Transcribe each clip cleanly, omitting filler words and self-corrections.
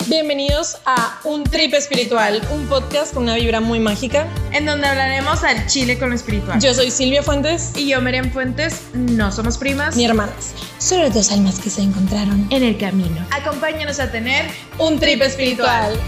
Bienvenidos a Un Trip Espiritual, un podcast con una vibra muy mágica, en donde hablaremos al chile con lo espiritual. Yo soy Silvia Fuentes. Y yo, Miriam Fuentes. No somos primas ni hermanas, solo dos almas que se encontraron en el camino. Acompáñanos a tener un trip espiritual.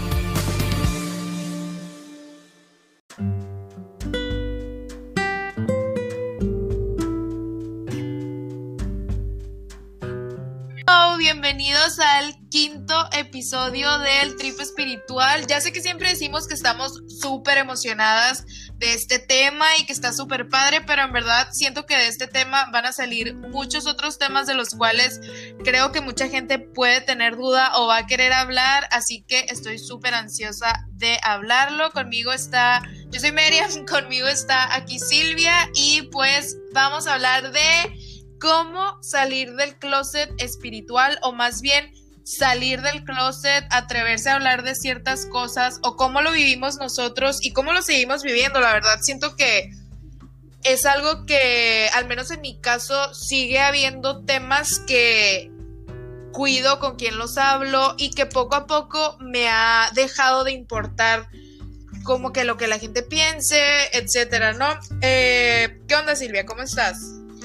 Bienvenidos al quinto episodio del Trip Espiritual. Ya sé que siempre decimos que estamos súper emocionadas de este tema y que está súper padre, pero en verdad siento que de este tema van a salir muchos otros temas de los cuales creo que mucha gente puede tener duda o va a querer hablar, así que estoy súper ansiosa de hablarlo. Yo soy Miriam, conmigo está aquí Silvia y pues vamos a hablar de cómo salir del closet espiritual, o más bien salir del closet, atreverse a hablar de ciertas cosas, o cómo lo vivimos nosotros y cómo lo seguimos viviendo. La verdad siento que es algo que, al menos en mi caso, sigue habiendo temas que cuido con quién los hablo y que poco a poco me ha dejado de importar como que lo que la gente piense, etcétera, ¿no? ¿Qué onda, Silvia? ¿Cómo estás?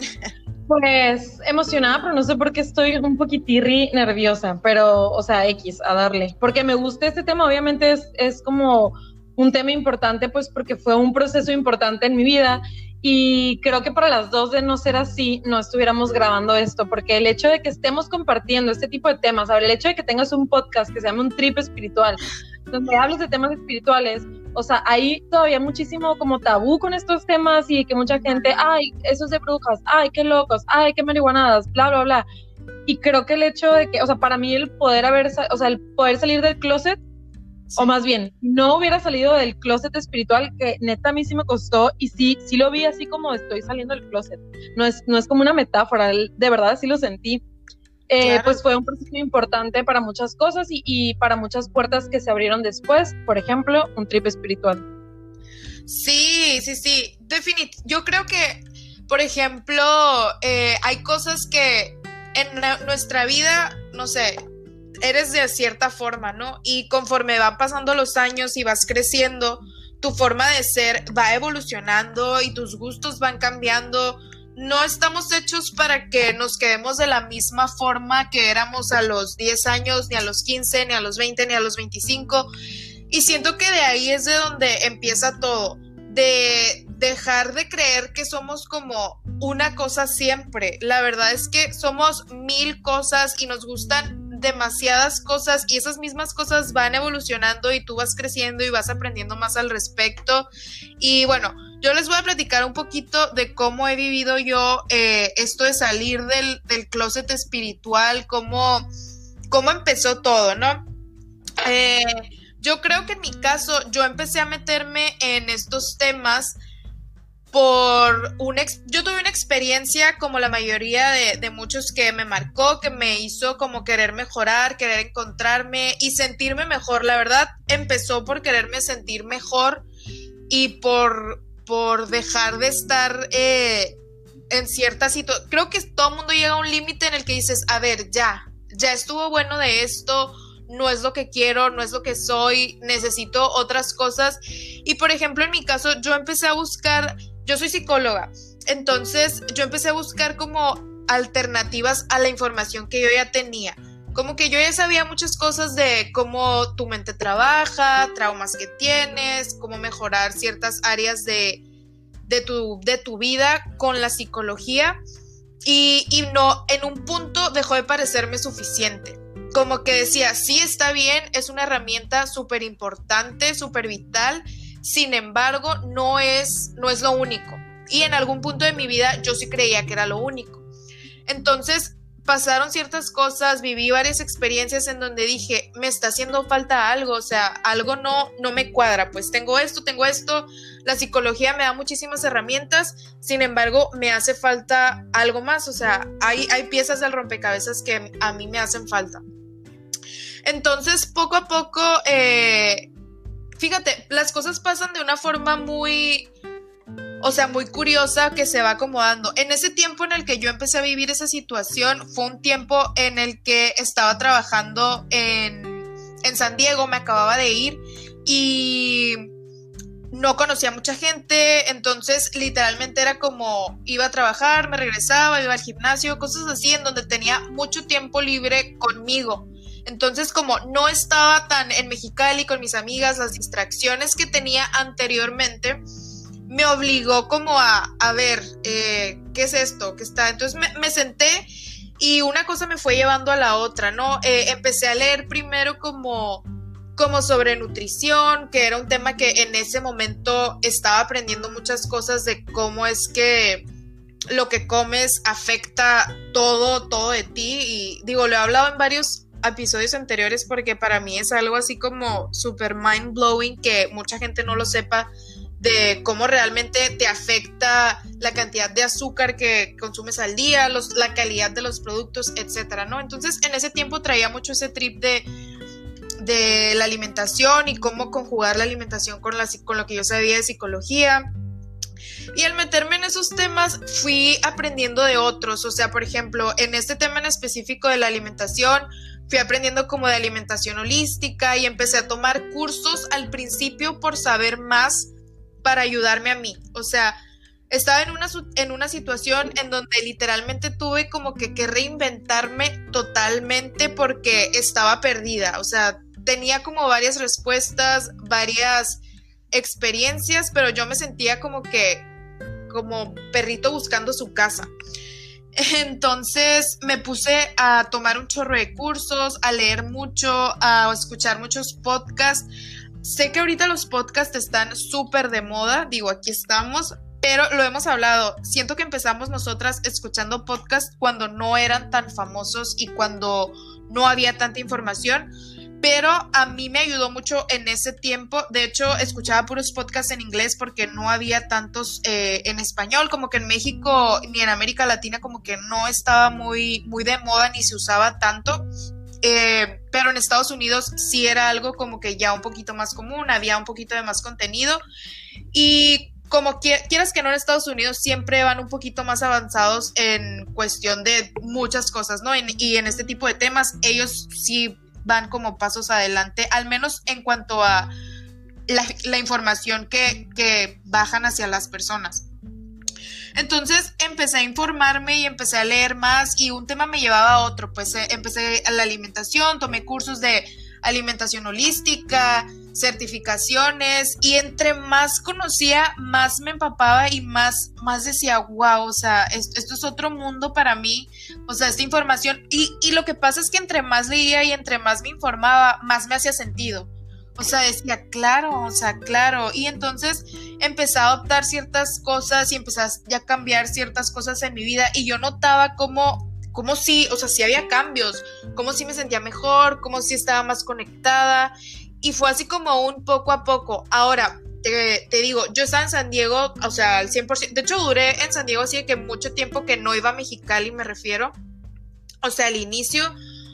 Pues emocionada, pero no sé por qué estoy un poquitirri nerviosa, pero, o sea, a darle. Porque me gusta este tema, obviamente es como un tema importante, pues porque fue un proceso importante en mi vida y creo que para las dos, de no ser así, no estuviéramos grabando esto, porque el hecho de que estemos compartiendo este tipo de temas, el hecho de que tengas un podcast que se llama Un Trip Espiritual, donde hables de temas espirituales, o sea, hay todavía muchísimo como tabú con estos temas y que mucha gente, ay, eso es de brujas, ay, qué locos, ay, qué marihuanadas, bla, bla, bla. Y creo que el hecho de que, o sea, para mí el poder salir del closet, sí, o más bien, no hubiera salido del closet espiritual, que neta a mí sí me costó y sí lo vi así como estoy saliendo del closet. No es como una metáfora, de verdad sí lo sentí. Claro. Pues fue un proceso importante para muchas cosas y para muchas puertas que se abrieron después, por ejemplo, un trip espiritual. Sí, yo creo que, por ejemplo, hay cosas que en nuestra vida, no sé, eres de cierta forma, ¿no? Y conforme van pasando los años y vas creciendo, tu forma de ser va evolucionando y tus gustos van cambiando. No estamos hechos para que nos quedemos de la misma forma que éramos a los 10 años, ni a los 15, ni a los 20, ni a los 25. Y siento que de ahí es de donde empieza todo, de dejar de creer que somos como una cosa siempre. La verdad es que somos 1000 cosas y nos gustan demasiadas cosas y esas mismas cosas van evolucionando y tú vas creciendo y vas aprendiendo más al respecto. Y bueno, yo les voy a platicar un poquito de cómo he vivido yo esto de salir del closet espiritual, cómo empezó todo, ¿no? Yo creo que en mi caso yo empecé a meterme en estos temas yo tuve una experiencia como la mayoría de muchos que me marcó, que me hizo como querer mejorar, querer encontrarme y sentirme mejor. La verdad empezó por quererme sentir mejor y por dejar de estar en cierta situación. Creo que todo el mundo llega a un límite en el que dices, a ver, ya estuvo bueno de esto, no es lo que quiero, no es lo que soy, necesito otras cosas. Y por ejemplo, en mi caso, yo soy psicóloga, entonces yo empecé a buscar como alternativas a la información que yo ya tenía. Como que yo ya sabía muchas cosas de cómo tu mente trabaja, traumas que tienes, cómo mejorar ciertas áreas de tu vida con la psicología y no, en un punto dejó de parecerme suficiente. Como que decía, sí está bien, es una herramienta súper importante, súper vital, sin embargo no es lo único. Y en algún punto de mi vida yo sí creía que era lo único. Entonces pasaron ciertas cosas, viví varias experiencias en donde dije, me está haciendo falta algo, o sea, algo no me cuadra, pues tengo esto, la psicología me da muchísimas herramientas, sin embargo, me hace falta algo más, o sea, hay piezas del rompecabezas que a mí me hacen falta. Entonces, poco a poco, fíjate, las cosas pasan de una forma muy curiosa que se va acomodando. En ese tiempo en el que yo empecé a vivir esa situación, fue un tiempo en el que estaba trabajando en en San Diego, me acababa de ir y no conocía mucha gente, entonces literalmente era como iba a trabajar, me regresaba, iba al gimnasio, cosas así, en donde tenía mucho tiempo libre conmigo. Entonces, como no estaba tan en Mexicali con mis amigas, las distracciones que tenía anteriormente me obligó como a ver, ¿qué es esto? ¿Qué está? Entonces me senté y una cosa me fue llevando a la otra, ¿no? Empecé a leer primero como sobre nutrición, que era un tema que en ese momento estaba aprendiendo muchas cosas de cómo es que lo que comes afecta todo de ti. Y digo, lo he hablado en varios episodios anteriores porque para mí es algo así como super mind blowing, que mucha gente no lo sepa, de cómo realmente te afecta la cantidad de azúcar que consumes al día, la calidad de los productos, etcétera, ¿no? Entonces en ese tiempo traía mucho ese trip de la alimentación y cómo conjugar la alimentación con lo que yo sabía de psicología. Y al meterme en esos temas fui aprendiendo de otros, o sea, por ejemplo, en este tema en específico de la alimentación, fui aprendiendo como de alimentación holística y empecé a tomar cursos al principio por saber más para ayudarme a mí. O sea, estaba en una situación en donde literalmente tuve como que reinventarme totalmente porque estaba perdida, o sea, tenía como varias respuestas, varias experiencias, pero yo me sentía como perrito buscando su casa. Entonces me puse a tomar un chorro de cursos, a leer mucho, a escuchar muchos podcasts. Sé que ahorita los podcasts están súper de moda, digo, aquí estamos, pero lo hemos hablado. Siento que empezamos nosotras escuchando podcasts cuando no eran tan famosos y cuando no había tanta información, pero a mí me ayudó mucho en ese tiempo. De hecho, escuchaba puros podcasts en inglés porque no había tantos en español, como que en México ni en América Latina como que no estaba muy, muy de moda ni se usaba tanto, pero en Estados Unidos sí era algo como que ya un poquito más común, había un poquito de más contenido y como quieras que no, en Estados Unidos siempre van un poquito más avanzados en cuestión de muchas cosas, ¿no? Y en este tipo de temas ellos sí van como pasos adelante, al menos en cuanto a la información que bajan hacia las personas. Entonces empecé a informarme y empecé a leer más y un tema me llevaba a otro, pues empecé a la alimentación, tomé cursos de alimentación holística, certificaciones, y entre más conocía, más me empapaba y más decía, wow, o sea, esto es otro mundo para mí, o sea, esta información, y lo que pasa es que entre más leía y entre más me informaba, más me hacía sentido. O sea, decía, claro, y entonces empecé a adoptar ciertas cosas y empecé a cambiar ciertas cosas en mi vida, y yo notaba como sí, o sea, sí había cambios, como sí me sentía mejor, como sí estaba más conectada, y fue así como un poco a poco. Ahora, te digo, yo estaba en San Diego, o sea, al 100%, de hecho duré en San Diego así de que mucho tiempo que no iba a Mexicali, me refiero, o sea, al inicio,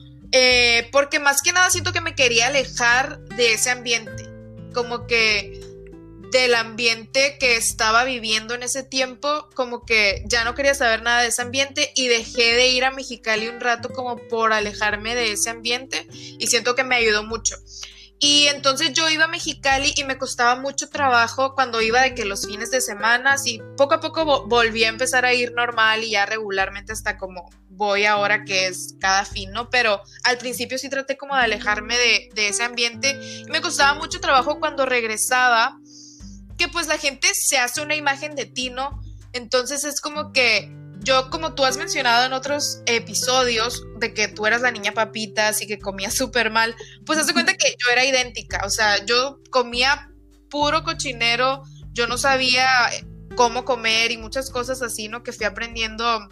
porque más que nada siento que me quería alejar de ese ambiente, como que del ambiente que estaba viviendo en ese tiempo, como que ya no quería saber nada de ese ambiente y dejé de ir a Mexicali un rato como por alejarme de ese ambiente, y siento que me ayudó mucho. Y entonces yo iba a Mexicali y me costaba mucho trabajo cuando iba de que los fines de semana, y poco a poco volví a empezar a ir normal y ya regularmente hasta como voy ahora, que es cada fin, ¿no? Pero al principio sí traté como de alejarme de ese ambiente y me costaba mucho trabajo cuando regresaba, que pues la gente se hace una imagen de ti, ¿no? Entonces es como que yo, como tú has mencionado en otros episodios, de que tú eras la niña papitas y que comías súper mal, pues haz de cuenta que yo era idéntica, o sea, yo comía puro cochinero, yo no sabía cómo comer y muchas cosas así, ¿no? Que fui aprendiendo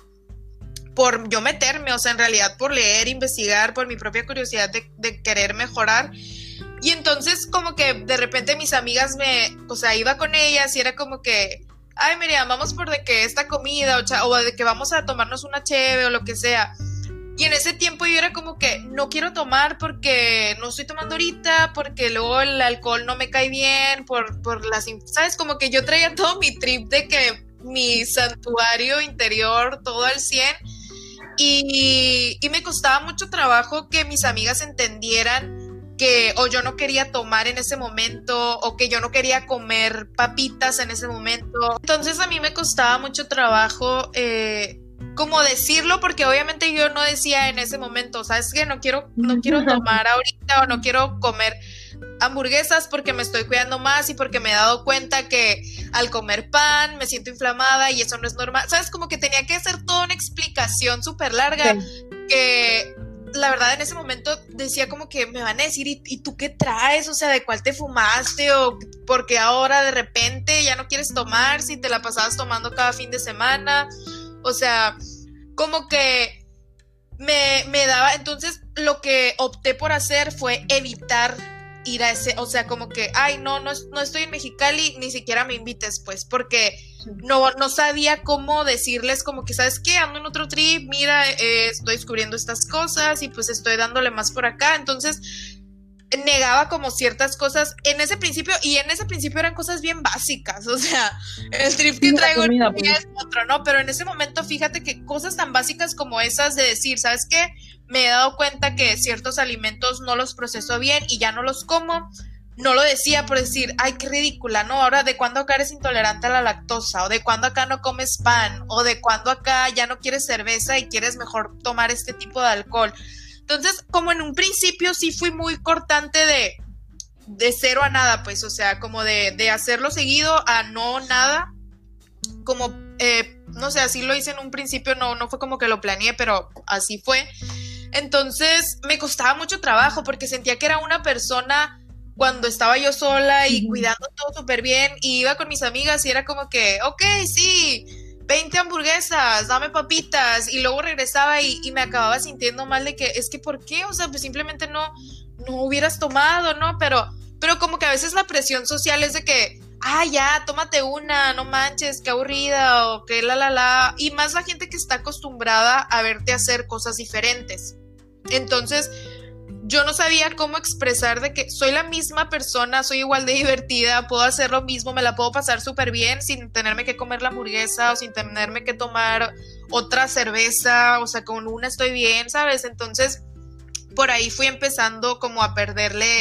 por yo meterme, o sea, en realidad por leer, investigar, por mi propia curiosidad de querer mejorar. Y entonces como que de repente mis amigas o sea, iba con ellas y era como que, ay, Miriam, vamos por de que esta comida o de que vamos a tomarnos una cheve o lo que sea. Y en ese tiempo yo era como que no quiero tomar porque no estoy tomando ahorita, porque luego el alcohol no me cae bien, por las, ¿sabes? Como que yo traía todo mi trip de que mi santuario interior, todo al 100, y me costaba mucho trabajo que mis amigas entendieran que o yo no quería tomar en ese momento o que yo no quería comer papitas en ese momento. Entonces a mí me costaba mucho trabajo como decirlo, porque obviamente yo no decía en ese momento, ¿sabes qué? No quiero tomar ahorita o no quiero comer hamburguesas porque me estoy cuidando más y porque me he dado cuenta que al comer pan me siento inflamada y eso no es normal. ¿Sabes? Como que tenía que hacer toda una explicación súper larga que la verdad en ese momento decía como que me van a decir, ¿y tú qué traes? O sea, ¿de cuál te fumaste? ¿O porque ahora de repente ya no quieres tomar si te la pasabas tomando cada fin de semana? O sea, como que me daba, entonces lo que opté por hacer fue evitar ir a ese, o sea, como que, ay, no estoy en Mexicali, ni siquiera me invites, pues, porque no sabía cómo decirles como que, ¿sabes qué? Ando en otro trip, mira, estoy descubriendo estas cosas y pues estoy dándole más por acá, entonces negaba como ciertas cosas en ese principio, y en ese principio eran cosas bien básicas, o sea, el trip que traigo comida, es otro, ¿no? Pero en ese momento fíjate que cosas tan básicas como esas de decir, ¿sabes qué? Me he dado cuenta que ciertos alimentos no los proceso bien y ya no los como, no lo decía por decir, ay, qué ridícula, ¿no? Ahora, ¿de cuándo acá eres intolerante a la lactosa? ¿O de cuándo acá no comes pan? ¿O de cuándo acá ya no quieres cerveza y quieres mejor tomar este tipo de alcohol? Entonces, como en un principio sí fui muy cortante de cero a nada, pues, o sea, como de hacerlo seguido a no nada, como, no sé, así lo hice en un principio, no fue como que lo planeé, pero así fue. Entonces, me costaba mucho trabajo porque sentía que era una persona cuando estaba yo sola y cuidando todo súper bien, y iba con mis amigas y era como que, ok, sí, 20 hamburguesas, dame papitas, y luego regresaba y me acababa sintiendo mal de que, es que ¿por qué? O sea, pues simplemente no hubieras tomado, ¿no? Pero como que a veces la presión social es de que, ya, tómate una, no manches, qué aburrida, o que y más la gente que está acostumbrada a verte hacer cosas diferentes. Entonces, yo no sabía cómo expresar de que soy la misma persona, soy igual de divertida, puedo hacer lo mismo, me la puedo pasar súper bien sin tenerme que comer la hamburguesa o sin tenerme que tomar otra cerveza, o sea, con una estoy bien, ¿sabes? Entonces, por ahí fui empezando como a perderle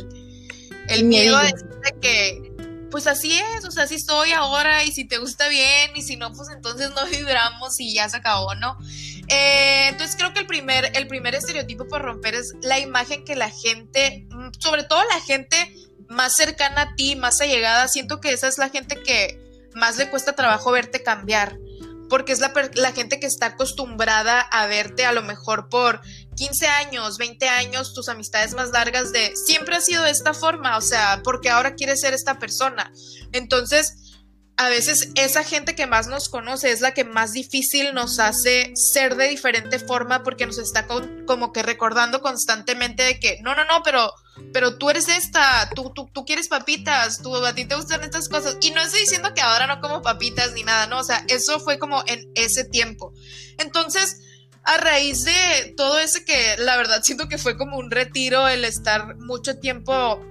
el miedo a decir de que, pues así es, o sea, así soy ahora, y si te gusta bien, y si no, pues entonces no vibramos y ya se acabó, ¿no? Entonces creo que el primer estereotipo por romper es la imagen que la gente, sobre todo la gente más cercana a ti, más allegada, siento que esa es la gente que más le cuesta trabajo verte cambiar, porque es la gente que está acostumbrada a verte a lo mejor por 15 años, 20 años, tus amistades más largas de siempre ha sido de esta forma, o sea, porque ahora quieres ser esta persona. Entonces, a veces esa gente que más nos conoce es la que más difícil nos hace ser de diferente forma, porque nos está como que recordando constantemente de que no, pero tú eres esta, tú quieres papitas, a ti te gustan estas cosas, y no estoy diciendo que ahora no como papitas ni nada, no, o sea, eso fue como en ese tiempo. Entonces, a raíz de todo ese, que la verdad siento que fue como un retiro el estar mucho tiempo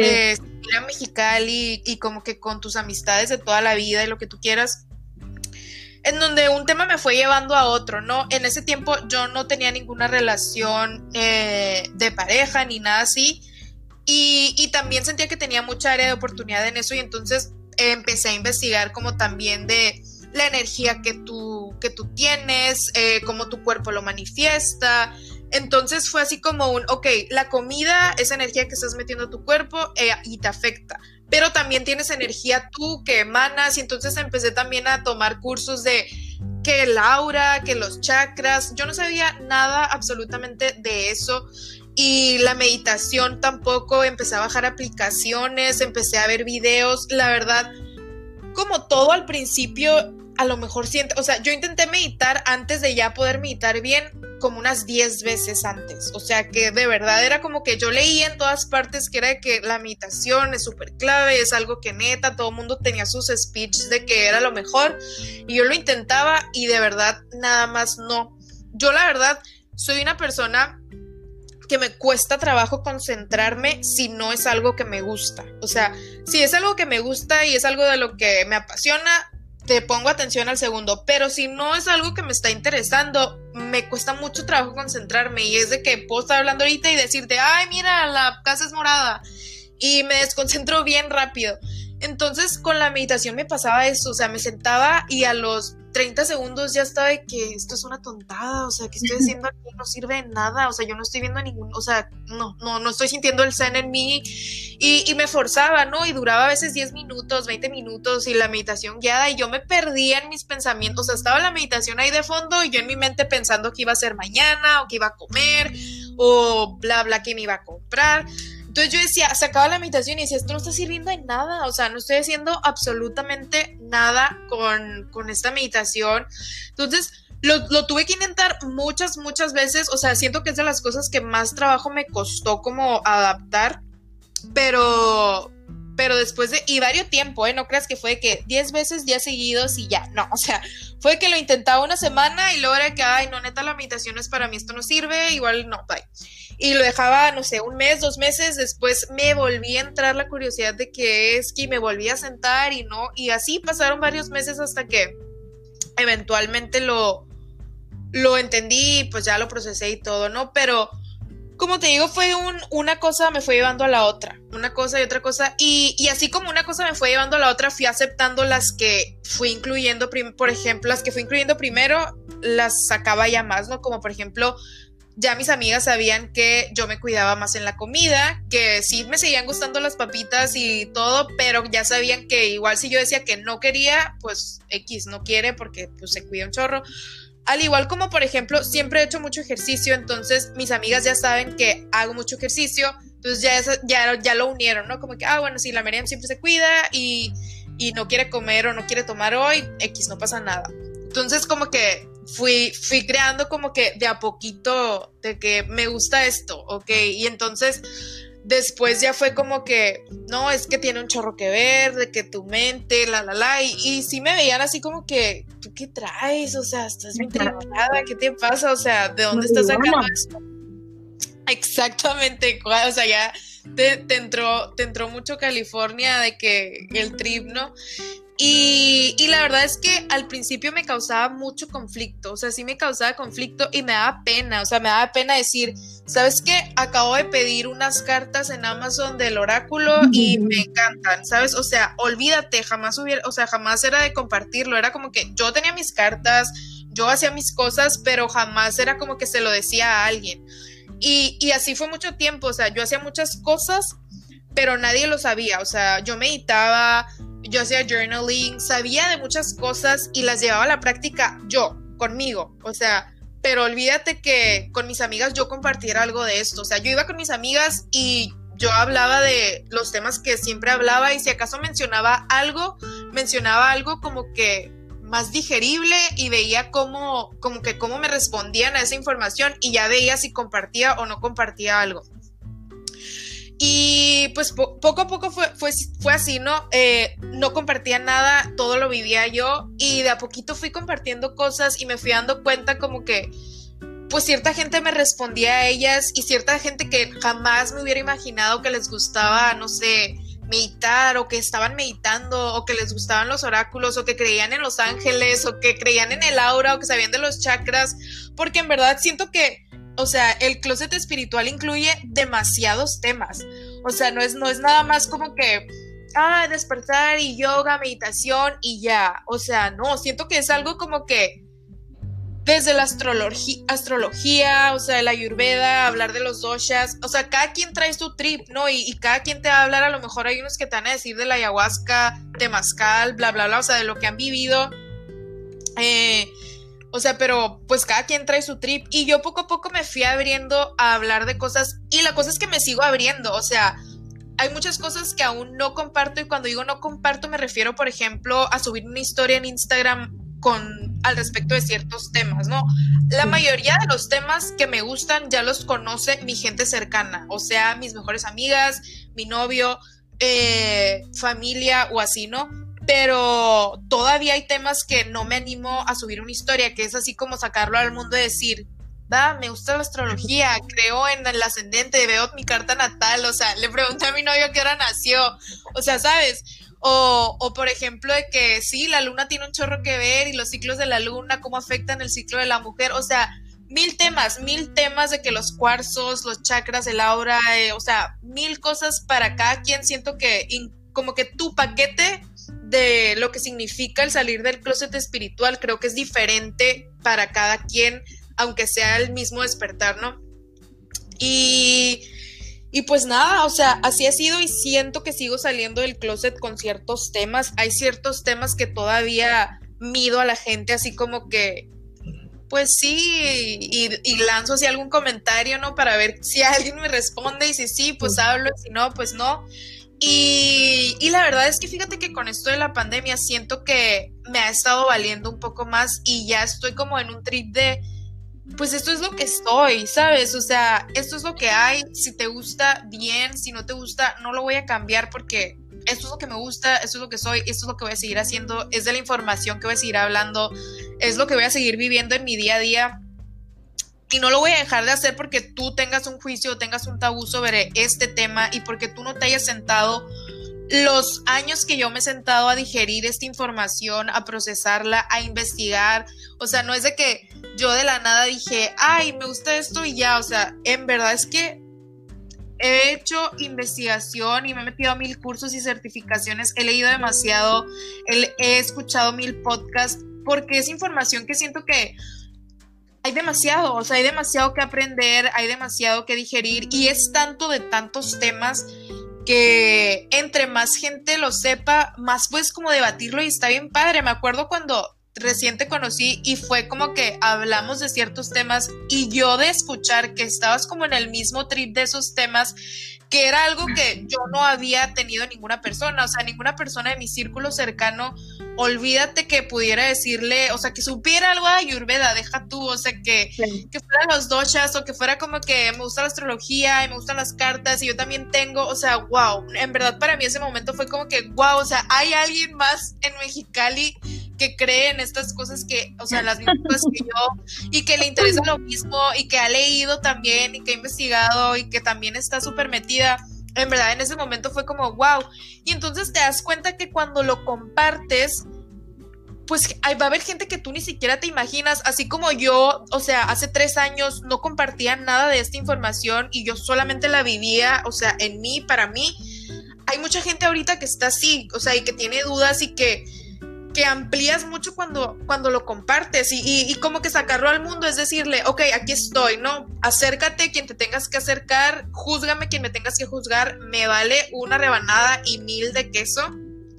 a Mexicali y como que con tus amistades de toda la vida y lo que tú quieras, en donde un tema me fue llevando a otro, ¿no? En ese tiempo yo no tenía ninguna relación de pareja ni nada así, y también sentía que tenía mucha área de oportunidad en eso, y entonces empecé a investigar como también de la energía que tú tienes, cómo tu cuerpo lo manifiesta. Entonces fue así como la comida es energía que estás metiendo a tu cuerpo y te afecta, pero también tienes energía tú que emanas, y entonces empecé también a tomar cursos de que el aura, que los chakras. Yo no sabía nada absolutamente de eso, y la meditación tampoco. Empecé a bajar aplicaciones, empecé a ver videos, la verdad, como todo al principio, a lo mejor siento, o sea, yo intenté meditar antes de ya poder meditar bien como unas 10 veces antes, o sea, que de verdad era como que yo leía en todas partes que era de que la meditación es súper clave, es algo que neta, todo el mundo tenía sus speeches de que era lo mejor, y yo lo intentaba y de verdad nada más no. Yo la verdad soy una persona que me cuesta trabajo concentrarme si no es algo que me gusta, o sea, si es algo que me gusta y es algo de lo que me apasiona, te pongo atención al segundo, pero si no es algo que me está interesando, me cuesta mucho trabajo concentrarme y es de que puedo estar hablando ahorita y decirte, ay, mira, la casa es morada y me desconcentro bien rápido. Entonces con la meditación me pasaba eso, o sea, me sentaba y a los 30 segundos ya estaba de que esto es una tontada, o sea, que estoy haciendo aquí no sirve de nada, o sea, yo no estoy viendo ningún, o sea, no estoy sintiendo el zen en mí y me forzaba, ¿no? Y duraba a veces 10 minutos, 20 minutos y la meditación guiada y yo me perdía en mis pensamientos, o sea, estaba la meditación ahí de fondo y yo en mi mente pensando que iba a ser mañana o que iba a comer o bla, bla, que me iba a comprar. Entonces yo decía, se acaba la meditación y decía, esto no está sirviendo de nada, o sea, no estoy haciendo absolutamente nada con esta meditación. Entonces lo tuve que intentar muchas veces, o sea, siento que es de las cosas que más trabajo me costó como adaptar, pero después de, y varios tiempo, no creas que fue de que 10 veces días seguidos y ya, no, o sea, fue que lo intentaba una semana y luego era que, ay, no, neta, la meditación es para mí, esto no sirve, igual no, bye. Y lo dejaba, no sé, un mes, 2 meses, después me volví a entrar la curiosidad de qué es, que me volví a sentar y no, y así pasaron varios meses hasta que eventualmente lo entendí y pues ya lo procesé y todo, ¿no? Pero como te digo, fue una cosa me fue llevando a la otra, una cosa y otra cosa, y así como una cosa me fue llevando a la otra, fui aceptando las que fui incluyendo, por ejemplo, las que fui incluyendo primero, las sacaba ya más, ¿no? Como por ejemplo, ya mis amigas sabían que yo me cuidaba más en la comida, que sí me seguían gustando las papitas y todo, pero ya sabían que igual si yo decía que no quería, pues X no quiere porque pues se cuida un chorro. Al igual como, por ejemplo, siempre he hecho mucho ejercicio, entonces mis amigas ya saben que hago mucho ejercicio, entonces ya lo unieron, ¿no? Como que, bueno, sí, la Miriam siempre se cuida y no quiere comer o no quiere tomar hoy, X, no pasa nada. Entonces como que fui creando como que de a poquito de que me gusta esto, ¿ok? Y entonces después ya fue como que, no, es que tiene un chorro que ver, de que tu mente, y sí me veían así como que, ¿tú qué traes? O sea, estás bien tripulada, ¿qué te pasa? O sea, ¿de dónde estás sacando esto? Exactamente, o sea, ya te entró mucho California de que el trip, ¿no? Y la verdad es que al principio me causaba mucho conflicto, o sea, sí me causaba conflicto y me daba pena, o sea, me daba pena decir, ¿sabes qué? Acabo de pedir unas cartas en Amazon del oráculo y me encantan, ¿sabes? O sea, olvídate, jamás era de compartirlo, era como que yo tenía mis cartas, yo hacía mis cosas, pero jamás era como que se lo decía a alguien. Y así fue mucho tiempo, o sea, yo hacía muchas cosas, pero nadie lo sabía, o sea, yo meditaba, yo hacía journaling, sabía de muchas cosas y las llevaba a la práctica yo, conmigo, o sea, pero olvídate que con mis amigas yo compartiera algo de esto, o sea, yo iba con mis amigas y yo hablaba de los temas que siempre hablaba y si acaso mencionaba algo como que más digerible y veía cómo me respondían a esa información y ya veía si compartía o no compartía algo. Y pues poco a poco fue así, ¿no? No compartía nada, todo lo vivía yo y de a poquito fui compartiendo cosas y me fui dando cuenta como que pues cierta gente me respondía a ellas y cierta gente que jamás me hubiera imaginado que les gustaba, no sé, meditar o que estaban meditando o que les gustaban los oráculos o que creían en los ángeles o que creían en el aura o que sabían de los chakras, porque en verdad siento que, o sea, el closet espiritual incluye demasiados temas, o sea, no es nada más como que despertar y yoga, meditación y ya, o sea, no, siento que es algo como que desde la astrología, o sea, la ayurveda, hablar de los doshas, o sea, cada quien trae su trip, ¿no? Y cada quien te va a hablar, a lo mejor hay unos que te van a decir de la ayahuasca, temazcal, bla, bla, bla, o sea, de lo que han vivido, o sea, pero pues cada quien trae su trip y yo poco a poco me fui abriendo a hablar de cosas y la cosa es que me sigo abriendo, o sea, hay muchas cosas que aún no comparto y cuando digo no comparto me refiero, por ejemplo, a subir una historia en Instagram al respecto de ciertos temas, ¿no? La mayoría de los temas que me gustan ya los conoce mi gente cercana, o sea, mis mejores amigas, mi novio, familia o así, ¿no? Pero todavía hay temas que no me animo a subir una historia, que es así como sacarlo al mundo y decir, me gusta la astrología, creo en el ascendente, veo mi carta natal, o sea, le pregunté a mi novio a qué hora nació, o sea, ¿sabes? O por ejemplo de que sí, la luna tiene un chorro que ver y los ciclos de la luna, cómo afectan el ciclo de la mujer, o sea, mil temas de que los cuarzos, los chakras, el aura, o sea, mil cosas para cada quien. Siento que como que tu paquete de lo que significa el salir del closet espiritual creo que es diferente para cada quien, aunque sea el mismo despertar, ¿no? Y pues nada, o sea, así ha sido y siento que sigo saliendo del closet con ciertos temas. Hay ciertos temas que todavía mido a la gente así como que, pues sí, y lanzo así algún comentario, ¿no? Para ver si alguien me responde y si sí, pues hablo, y si no, pues no. Y la verdad es que fíjate que con esto de la pandemia siento que me ha estado valiendo un poco más y ya estoy como en un trip de, pues esto es lo que estoy, ¿sabes? O sea, esto es lo que hay, si te gusta, bien, si no te gusta, no lo voy a cambiar porque esto es lo que me gusta, esto es lo que soy, esto es lo que voy a seguir haciendo, es de la información que voy a seguir hablando, es lo que voy a seguir viviendo en mi día a día y no lo voy a dejar de hacer porque tú tengas un juicio o tengas un tabú sobre este tema y porque tú no te hayas sentado los años que yo me he sentado a digerir esta información, a procesarla, a investigar. O sea, no es de que yo de la nada dije, ay, me gusta esto y ya. O sea, en verdad es que he hecho investigación y me he metido a 1000 cursos y certificaciones, he leído demasiado, he escuchado 1000 podcasts, porque es información que siento que hay demasiado, o sea, hay demasiado que aprender, hay demasiado que digerir y es tanto de tantos temas que entre más gente lo sepa, más puedes como debatirlo y está bien padre. Me acuerdo cuando recién te conocí y fue como que hablamos de ciertos temas y yo de escuchar que estabas como en el mismo trip de esos temas, que era algo que yo no había tenido ninguna persona, o sea, ninguna persona de mi círculo cercano, olvídate que pudiera decirle, o sea, que supiera algo de Ayurveda, deja tú, o sea, que fueran los doshas o que fuera como que me gusta la astrología y me gustan las cartas y yo también tengo, o sea, wow, en verdad para mí ese momento fue como que wow, o sea, hay alguien más en Mexicali que cree en estas cosas que, o sea, las mismas cosas que yo y que le interesa lo mismo y que ha leído también y que ha investigado y que también está súper metida. En verdad en ese momento fue como wow, y entonces te das cuenta que cuando lo compartes pues va a haber gente que tú ni siquiera te imaginas, así como yo, o sea, hace 3 años no compartía nada de esta información y yo solamente la vivía, o sea, en mí, para mí. Hay mucha gente ahorita que está así, o sea, y que tiene dudas y que amplías mucho cuando lo compartes y como que sacarlo al mundo es decirle, ok, aquí estoy, ¿no? Acércate quien te tengas que acercar, júzgame quien me tengas que juzgar, me vale una rebanada y 1000 de queso,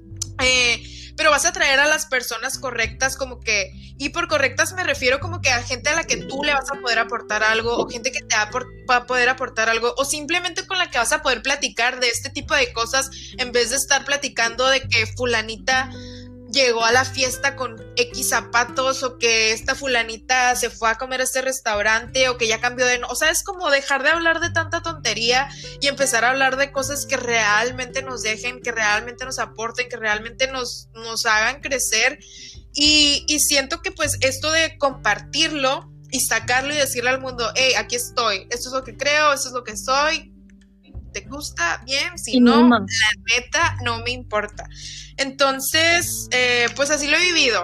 pero vas a traer a las personas correctas como que, y por correctas me refiero como que a gente a la que tú le vas a poder aportar algo o gente que te va a poder aportar algo o simplemente con la que vas a poder platicar de este tipo de cosas en vez de estar platicando de que fulanita llegó a la fiesta con X zapatos o que esta fulanita se fue a comer a este restaurante o que ya cambió de... O sea, es como dejar de hablar de tanta tontería y empezar a hablar de cosas que realmente nos dejen, que realmente nos aporten, que realmente nos hagan crecer y siento que pues esto de compartirlo y sacarlo y decirle al mundo, hey, aquí estoy, esto es lo que creo, esto es lo que soy, ¿te gusta? Bien, si no, la neta no me importa. Entonces, pues así lo he vivido.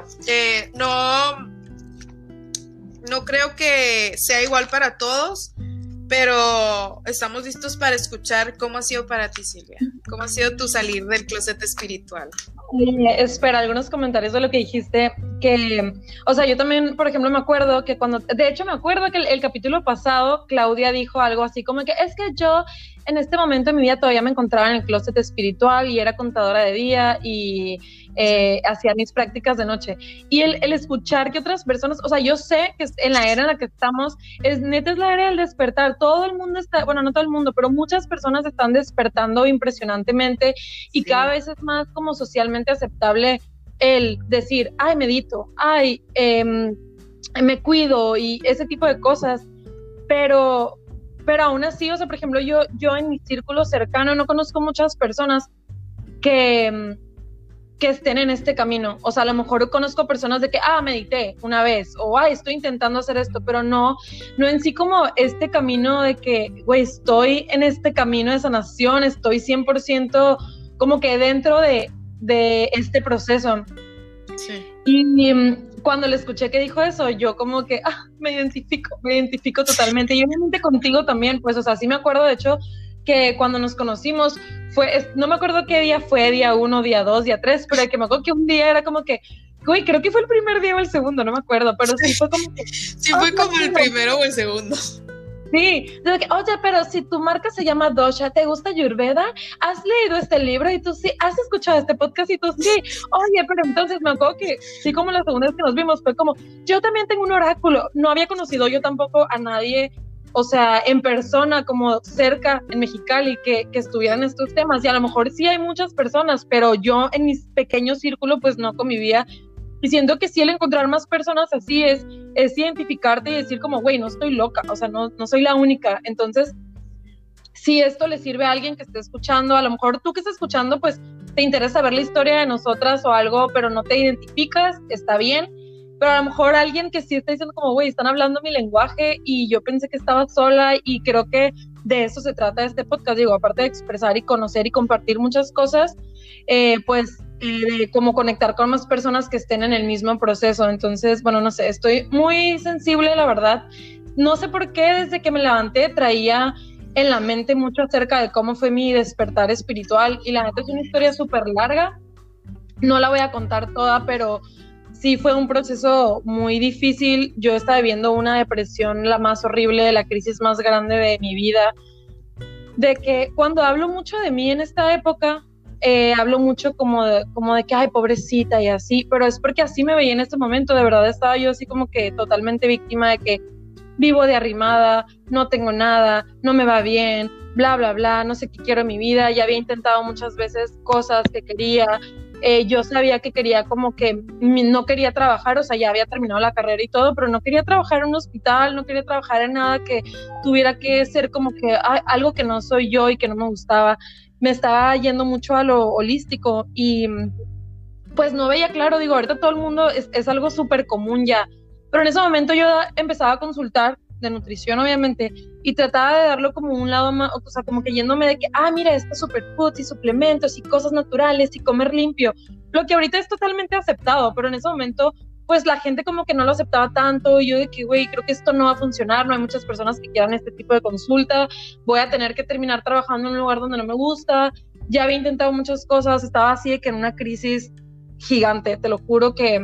No creo que sea igual para todos, pero estamos listos para escuchar cómo ha sido para ti, Silvia. ¿Cómo ha sido tu salir del closet espiritual? Espera, algunos comentarios de lo que dijiste, que, o sea, yo también, por ejemplo, me acuerdo que el capítulo pasado, Claudia dijo algo así como que, es que yo en este momento de mi vida todavía me encontraba en el closet espiritual y era contadora de día y hacía mis prácticas de noche, y el escuchar que otras personas, o sea, yo sé que en la era en la que estamos, es la era del despertar, todo el mundo está, bueno, no todo el mundo, pero muchas personas están despertando impresionantemente y cada vez es más como socialmente aceptable el decir, ay, medito, ay, me cuido y ese tipo de cosas, pero aún así, o sea, por ejemplo, yo en mi círculo cercano no conozco muchas personas que estén en este camino. O sea, a lo mejor conozco personas de que, medité una vez, o estoy intentando hacer esto, pero no en sí como este camino de que, güey, estoy en este camino de sanación, estoy 100% como que dentro de este proceso. Sí. Y cuando le escuché que dijo eso, yo como que, me identifico totalmente. Y obviamente contigo también, pues, o sea, sí me acuerdo, de hecho, que cuando nos conocimos, no me acuerdo qué día fue, día 1, día 2, día 3, pero que me acuerdo que un día era como que, güey, creo que fue el primer día o el segundo, no me acuerdo, pero sí fue como que... Sí, fue como el primero o el segundo. Sí, oye, pero si tu marca se llama Dosha, ¿te gusta Ayurveda? ¿Has leído este libro? Y tú sí, ¿has escuchado este podcast? Y tú sí, oye, pero entonces me acuerdo que sí, como la segunda vez que nos vimos fue como, yo también tengo un oráculo, no había conocido yo tampoco a nadie, o sea, en persona, como cerca en Mexicali, que estuvieran estos temas, y a lo mejor sí hay muchas personas, pero yo en mi pequeño círculo pues no convivía. Y siento que sí, el encontrar más personas así es identificarte y decir como, güey, no estoy loca, o sea, no soy la única. Entonces, si esto le sirve a alguien que esté escuchando, a lo mejor tú que estás escuchando, pues te interesa ver la historia de nosotras o algo, pero no te identificas, está bien. Pero a lo mejor alguien que sí está diciendo como, güey, están hablando mi lenguaje y yo pensé que estaba sola, y creo que de eso se trata este podcast, digo, aparte de expresar y conocer y compartir muchas cosas, pues de cómo conectar con más personas que estén en el mismo proceso. Entonces, bueno, no sé, estoy muy sensible, la verdad. No sé por qué desde que me levanté traía en la mente mucho acerca de cómo fue mi despertar espiritual, y la neta es una historia súper larga, no la voy a contar toda, pero sí fue un proceso muy difícil. Yo estaba viviendo una depresión la más horrible, la crisis más grande de mi vida, de que cuando hablo mucho de mí en esta época, hablo mucho como de que, ay, pobrecita y así, pero es porque así me veía en este momento. De verdad estaba yo así como que totalmente víctima de que vivo de arrimada, no tengo nada, no me va bien, bla, bla, bla, no sé qué quiero en mi vida. Ya había intentado muchas veces cosas que quería. Yo sabía que quería como que no quería trabajar, o sea, ya había terminado la carrera y todo, pero no quería trabajar en un hospital, no quería trabajar en nada que tuviera que ser como que algo que no soy yo y que no me gustaba. Me estaba yendo mucho a lo holístico y pues no veía claro. Digo, ahorita todo el mundo es algo súper común ya, pero en ese momento yo empezaba a consultar de nutrición, obviamente, y trataba de darlo como un lado más, o sea, como que yéndome de que, mira, estos superfoods y suplementos y cosas naturales y comer limpio, lo que ahorita es totalmente aceptado, pero en ese momento, pues la gente como que no lo aceptaba tanto, y yo de que, güey, creo que esto no va a funcionar, no hay muchas personas que quieran este tipo de consulta, voy a tener que terminar trabajando en un lugar donde no me gusta. Ya había intentado muchas cosas, estaba así de que en una crisis gigante, te lo juro que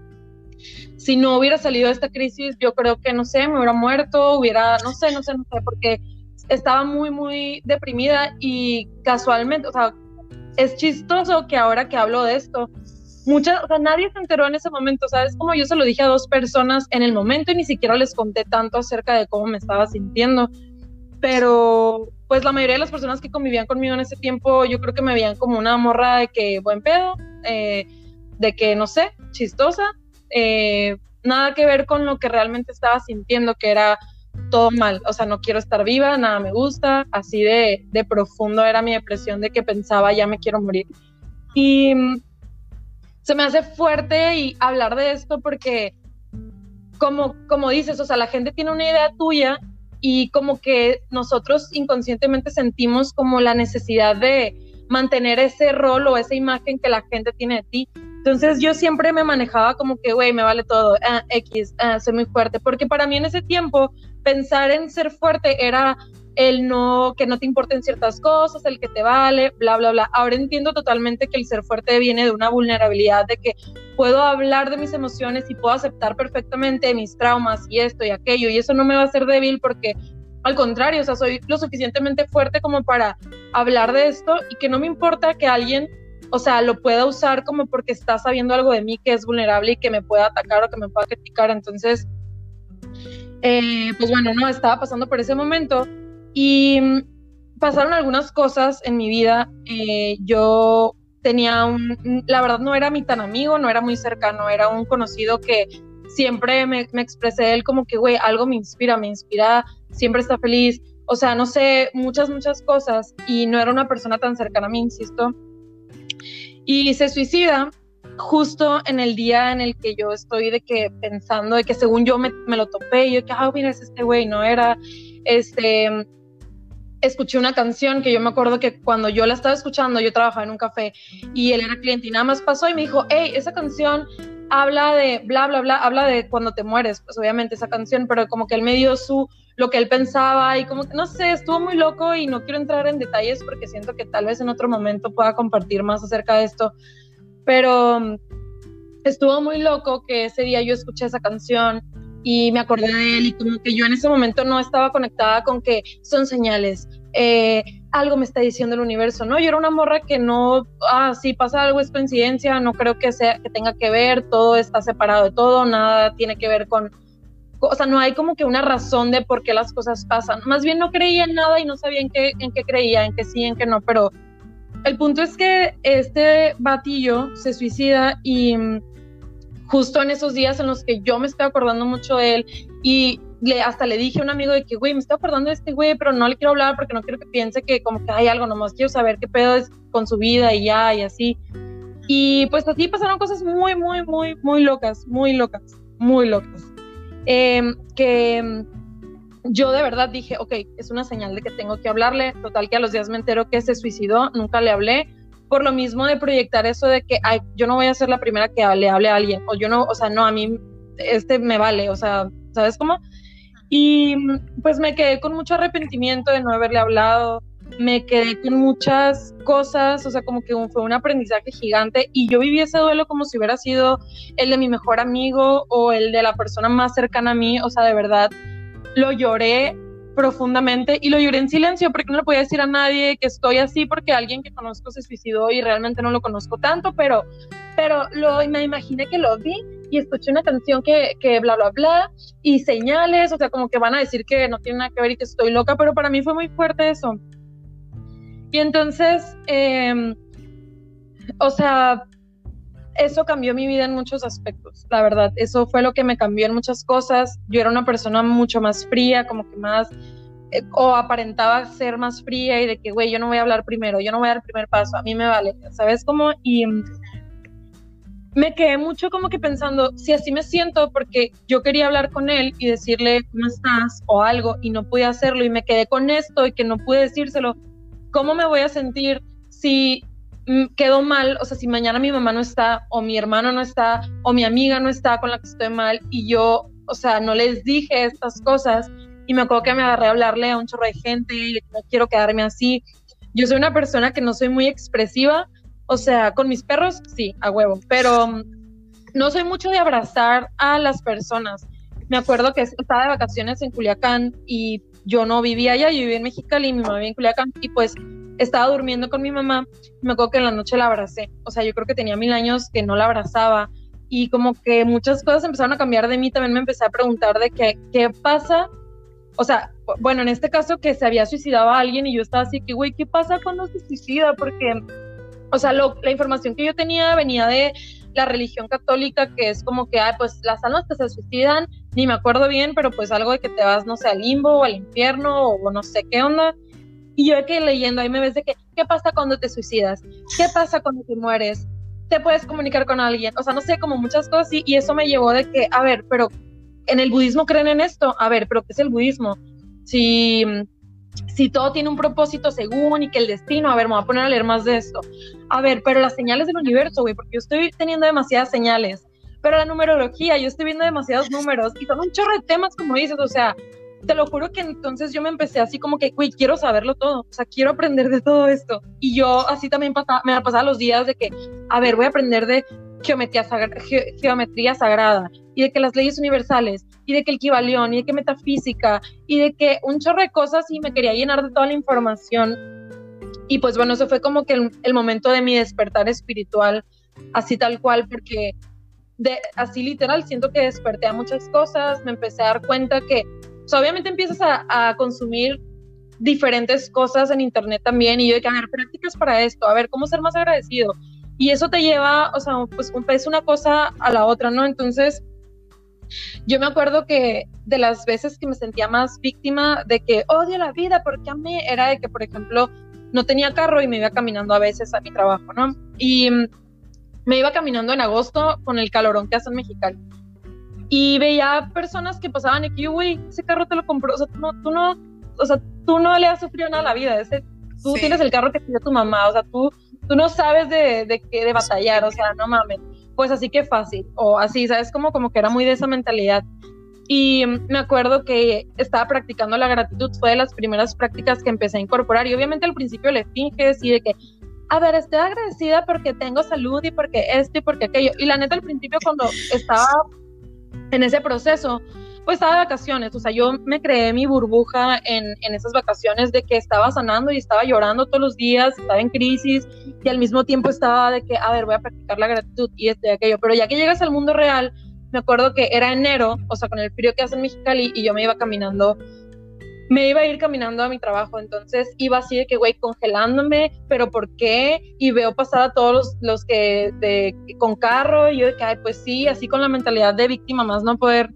si no hubiera salido de esta crisis, yo creo que, no sé, me hubiera muerto, no sé, porque estaba muy, muy deprimida. Y casualmente, o sea, es chistoso que ahora que hablo de esto, o sea, nadie se enteró en ese momento, ¿sabes? Como yo se lo dije a 2 personas en el momento y ni siquiera les conté tanto acerca de cómo me estaba sintiendo, pero pues la mayoría de las personas que convivían conmigo en ese tiempo, yo creo que me veían como una morra de que buen pedo, de que, no sé, chistosa, nada que ver con lo que realmente estaba sintiendo, que era todo mal. O sea, no quiero estar viva, nada me gusta, así de profundo era mi depresión, de que pensaba, ya me quiero morir. Y se me hace fuerte y hablar de esto porque como dices, o sea, la gente tiene una idea tuya y como que nosotros inconscientemente sentimos como la necesidad de mantener ese rol o esa imagen que la gente tiene de ti. Entonces yo siempre me manejaba como que, güey, me vale todo, soy muy fuerte, porque para mí en ese tiempo pensar en ser fuerte era el que no te importen ciertas cosas, el que te vale, bla, bla, bla. Ahora entiendo totalmente que el ser fuerte viene de una vulnerabilidad, de que puedo hablar de mis emociones y puedo aceptar perfectamente mis traumas y esto y aquello, y eso no me va a hacer débil, porque al contrario, o sea, soy lo suficientemente fuerte como para hablar de esto, y que no me importa que alguien, o sea, lo pueda usar como porque está sabiendo algo de mí que es vulnerable y que me pueda atacar o que me pueda criticar. Entonces, pues bueno, no, estaba pasando por ese momento y pasaron algunas cosas en mi vida. Yo tenía la verdad no era mi tan amigo, no era muy cercano, era un conocido que siempre me expresé de él como que, güey, algo me inspira, siempre está feliz, o sea, no sé, muchas cosas, y no era una persona tan cercana a mí, insisto, y se suicida justo en el día en el que yo estoy de que pensando, de que según yo me lo topé, y yo que, mira, es este güey, no era, escuché una canción que yo me acuerdo que cuando yo la estaba escuchando, yo trabajaba en un café y él era cliente, y nada más pasó y me dijo, hey, esa canción habla de bla, bla, bla, habla de cuando te mueres, pues obviamente esa canción, pero como que él me dio lo que él pensaba y como que, no sé, estuvo muy loco y no quiero entrar en detalles porque siento que tal vez en otro momento pueda compartir más acerca de esto, pero estuvo muy loco que ese día yo escuché esa canción y me acordé de él y como que yo en ese momento no estaba conectada con que son señales, algo me está diciendo el universo, ¿no? Yo era una morra que no, si pasa algo es coincidencia, no creo que tenga que ver, todo está separado de todo, nada tiene que ver o sea, no hay como que una razón de por qué las cosas pasan, más bien no creía en nada y no sabía en qué creía, en qué sí, en qué no, pero el punto es que este batillo se suicida y justo en esos días en los que yo me estoy acordando mucho de él y hasta le dije a un amigo de que, güey, me estoy acordando de este güey, pero no le quiero hablar porque no quiero que piense que como que hay algo, nomás quiero saber qué pedo es con su vida y ya, y así. Y pues así pasaron cosas muy, muy, muy, muy locas, muy locas, muy locas. Que yo de verdad dije, ok, es una señal de que tengo que hablarle. Total que a los días me entero que se suicidó, nunca le hablé, por lo mismo de proyectar eso de que ay, yo no voy a ser la primera que le hable a alguien, o yo no, o sea, no, a mí me vale, o sea, ¿sabes cómo? Y pues me quedé con mucho arrepentimiento de no haberle hablado, me quedé con muchas cosas, o sea, como que fue un aprendizaje gigante y yo viví ese duelo como si hubiera sido el de mi mejor amigo o el de la persona más cercana a mí, o sea, de verdad, lo lloré profundamente y lo lloré en silencio porque no le podía decir a nadie que estoy así porque alguien que conozco se suicidó y realmente no lo conozco tanto, pero me imaginé que lo vi y escuché una canción que bla, bla, bla y señales, o sea, como que van a decir que no tiene nada que ver y que estoy loca, pero para mí fue muy fuerte eso. Y entonces, o sea, eso cambió mi vida en muchos aspectos, la verdad, eso fue lo que me cambió en muchas cosas. Yo era una persona mucho más fría, como que más, o aparentaba ser más fría y de que, güey, yo no voy a hablar primero, yo no voy a dar el primer paso, a mí me vale, ¿sabes cómo? Y me quedé mucho como que pensando, si así me siento, porque yo quería hablar con él y decirle, ¿cómo estás? O algo, y no pude hacerlo, y me quedé con esto y que no pude decírselo, ¿cómo me voy a sentir si quedo mal? O sea, si mañana mi mamá no está, o mi hermano no está, o mi amiga no está con la que estoy mal, y yo, o sea, no les dije estas cosas, y me acuerdo que me agarré a hablarle a un chorro de gente, y no quiero quedarme así. Yo soy una persona que no soy muy expresiva, o sea, con mis perros, sí, a huevo, pero no soy mucho de abrazar a las personas. Me acuerdo que estaba de vacaciones en Culiacán y yo no vivía allá, yo vivía en Mexicali y mi mamá vivía en Culiacán y pues estaba durmiendo con mi mamá, me acuerdo que en la noche la abracé, o sea, yo creo que tenía 1000 años que no la abrazaba y como que muchas cosas empezaron a cambiar de mí, también me empecé a preguntar de qué pasa, o sea, bueno, en este caso que se había suicidado a alguien y yo estaba así que, güey, ¿qué pasa cuando se suicida? Porque, o sea, la información que yo tenía venía de la religión católica, que es como que, pues las almas que se suicidan, ni me acuerdo bien, pero pues algo de que te vas, no sé, al limbo o al infierno o no sé qué onda. Y yo que leyendo ahí me ves de que, ¿qué pasa cuando te suicidas? ¿Qué pasa cuando te mueres? ¿Te puedes comunicar con alguien? O sea, no sé, como muchas cosas y eso me llevó de que, a ver, pero en el budismo creen en esto, a ver, pero ¿qué es el budismo? Si todo tiene un propósito según y que el destino, a ver, me voy a poner a leer más de esto. A ver, pero las señales del universo, güey, porque yo estoy teniendo demasiadas señales, pero la numerología, yo estoy viendo demasiados números y son un chorro de temas, como dices, o sea, te lo juro que entonces yo me empecé así como que, güey, quiero saberlo todo, o sea, quiero aprender de todo esto. Y yo así también me la pasaba los días de que, a ver, voy a aprender de geometría sagrada, y de que las leyes universales, y de que el Kybalión, y de que metafísica, y de que un chorro de cosas, y me quería llenar de toda la información. Y pues bueno, eso fue como que el momento de mi despertar espiritual, así tal cual, porque así literal siento que desperté a muchas cosas, me empecé a dar cuenta que, o sea, obviamente empiezas a consumir diferentes cosas en internet también, y yo de que, a ver, prácticas para esto, a ver, cómo ser más agradecido, y eso te lleva, o sea, pues es una cosa a la otra, ¿no? Entonces, yo me acuerdo que de las veces que me sentía más víctima de que odio la vida porque a mí era de que, por ejemplo, no tenía carro y me iba caminando a veces a mi trabajo, ¿no? Y me iba caminando en agosto con el calorón que hace en Mexicali. Y veía personas que pasaban y que yo, güey, ese carro te lo compró, o sea, tú no le has sufrido nada a la vida, tú tienes el carro que te dio tu mamá, o sea, tú no sabes de batallar, o sea, no mames. pues así que fácil, o así, ¿sabes? Como que era muy de esa mentalidad. Y me acuerdo que estaba practicando la gratitud, fue de las primeras prácticas que empecé a incorporar, y obviamente al principio le finges y de que, a ver, estoy agradecida porque tengo salud y porque esto y porque aquello, y la neta al principio cuando estaba en ese proceso, pues estaba de vacaciones, o sea, yo me creé mi burbuja en esas vacaciones de que estaba sanando y estaba llorando todos los días, estaba en crisis y al mismo tiempo estaba de que, a ver, voy a practicar la gratitud y esto y aquello, pero ya que llegas al mundo real, me acuerdo que era enero, o sea, con el frío que hace en Mexicali y yo me iba a ir caminando a mi trabajo, entonces iba así de que, güey, congelándome, pero ¿por qué? Y veo pasar a todos los que con carro, y yo de que, ay, pues sí, así con la mentalidad de víctima, más no poder.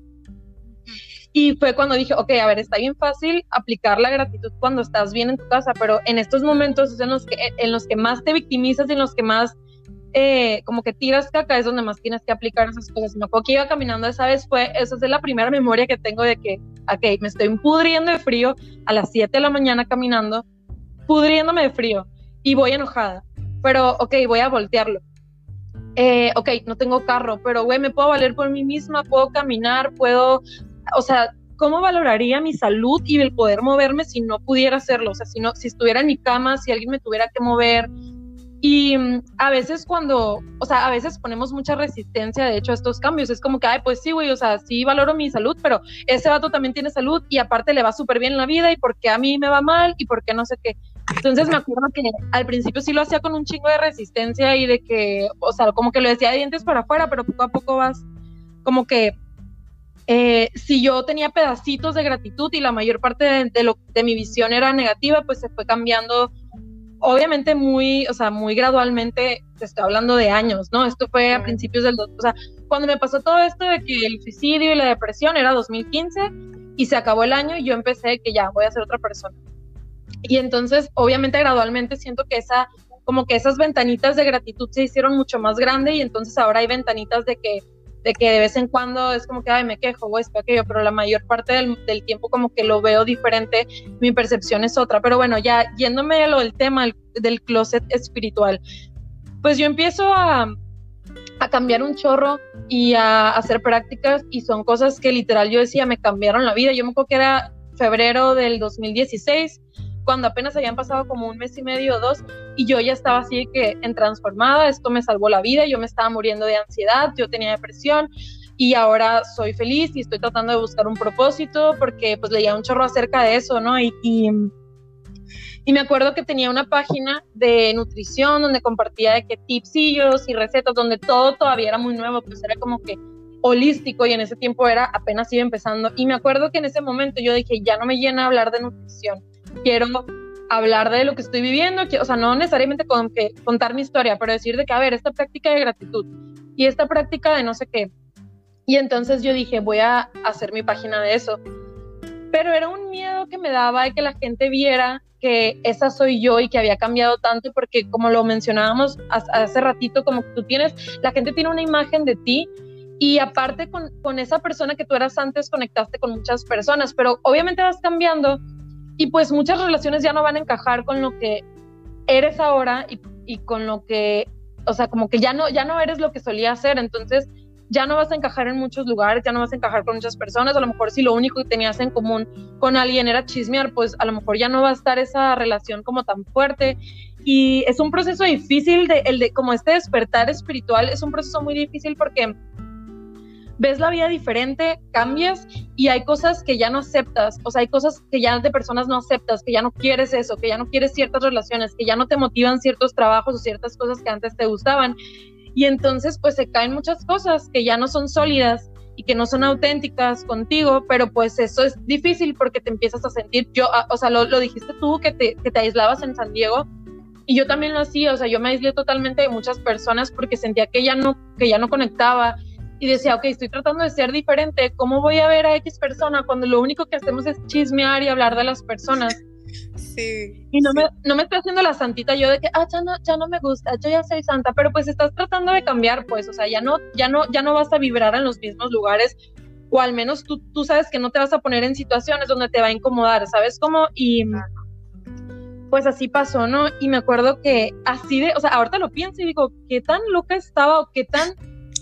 Y fue cuando dije, ok, a ver, está bien fácil aplicar la gratitud cuando estás bien en tu casa, pero en estos momentos es en los que más te victimizas y en los que más como que tiras caca, es donde más tienes que aplicar esas cosas. Me acuerdo que iba caminando esa vez, esa es la primera memoria que tengo de que, ok, me estoy pudriendo de frío a las 7 de la mañana caminando, pudriéndome de frío, y voy enojada, pero ok, voy a voltearlo. Ok, no tengo carro, pero güey, me puedo valer por mí misma, puedo caminar, o sea, ¿cómo valoraría mi salud y el poder moverme si no pudiera hacerlo? O sea, si estuviera en mi cama, si alguien me tuviera que mover. Y a veces a veces ponemos mucha resistencia, de hecho, a estos cambios. Es como que, ay, pues sí, güey, o sea, sí valoro mi salud, pero ese vato también tiene salud y aparte le va súper bien en la vida, y por qué a mí me va mal y por qué no sé qué. Entonces me acuerdo que al principio sí lo hacía con un chingo de resistencia y de que, o sea, como que lo decía de dientes para afuera, pero poco a poco vas como que si yo tenía pedacitos de gratitud y la mayor parte de mi visión era negativa, pues se fue cambiando, obviamente muy gradualmente. Te estoy hablando de años, ¿no? Esto fue a principios o sea, cuando me pasó todo esto de que el suicidio y la depresión era 2015 y se acabó el año y yo empecé que ya voy a ser otra persona. Y entonces, obviamente, gradualmente siento que esas ventanitas de gratitud se hicieron mucho más grandes, y entonces ahora hay ventanitas de que de vez en cuando es como que, ay, me quejo o esto, aquello, pero la mayor parte del tiempo como que lo veo diferente, mi percepción es otra. Pero bueno, ya yéndome a lo del tema del closet espiritual, pues yo empiezo a cambiar un chorro y a hacer prácticas, y son cosas que literal yo decía, me cambiaron la vida. Yo me acuerdo que era febrero del 2016, cuando apenas habían pasado como un mes y medio o 2, y yo ya estaba así que en transformada, esto me salvó la vida, yo me estaba muriendo de ansiedad, yo tenía depresión, y ahora soy feliz y estoy tratando de buscar un propósito, porque pues leía un chorro acerca de eso, ¿no? Y me acuerdo que tenía una página de nutrición donde compartía de que tipsillos y recetas, donde todo todavía era muy nuevo, pues era como que holístico, y en ese tiempo apenas iba empezando. Y me acuerdo que en ese momento yo dije, ya no me llena hablar de nutrición, quiero hablar de lo que estoy viviendo, o sea, no necesariamente contar mi historia, pero decir de que, a ver, esta práctica de gratitud y esta práctica de no sé qué. Y entonces yo dije, voy a hacer mi página de eso. Pero era un miedo que me daba de que la gente viera que esa soy yo y que había cambiado tanto, porque como lo mencionábamos hace ratito, como que la gente tiene una imagen de ti, y aparte con esa persona que tú eras antes conectaste con muchas personas, pero obviamente vas cambiando, y pues muchas relaciones ya no van a encajar con lo que eres ahora, y con lo que, o sea, como que ya no eres lo que solía ser. Entonces ya no vas a encajar en muchos lugares, ya no vas a encajar con muchas personas. A lo mejor si lo único que tenías en común con alguien era chismear, pues a lo mejor ya no va a estar esa relación como tan fuerte. Y es un proceso difícil, como este despertar espiritual, es un proceso muy difícil porque ves la vida diferente, cambias, y hay cosas que ya no aceptas, o sea, hay cosas que ya de personas no aceptas, que ya no quieres eso, que ya no quieres ciertas relaciones, que ya no te motivan ciertos trabajos o ciertas cosas que antes te gustaban, y entonces pues se caen muchas cosas que ya no son sólidas y que no son auténticas contigo, pero pues eso es difícil porque te empiezas a sentir, o sea, lo dijiste tú, que te aislabas en San Diego, y yo también lo hacía, o sea, yo me aislé totalmente de muchas personas porque sentía que ya no conectaba. Y decía, ok, estoy tratando de ser diferente, ¿cómo voy a ver a X persona cuando lo único que hacemos es chismear y hablar de las personas? Sí. Y no me estoy haciendo la santita yo de que, ya no me gusta, yo ya soy santa, pero pues estás tratando de cambiar, pues, o sea, ya no vas a vibrar en los mismos lugares, o al menos tú sabes que no te vas a poner en situaciones donde te va a incomodar, ¿sabes cómo? Y pues así pasó, ¿no? Y me acuerdo que o sea, ahorita lo pienso y digo, ¿qué tan loca estaba o qué tan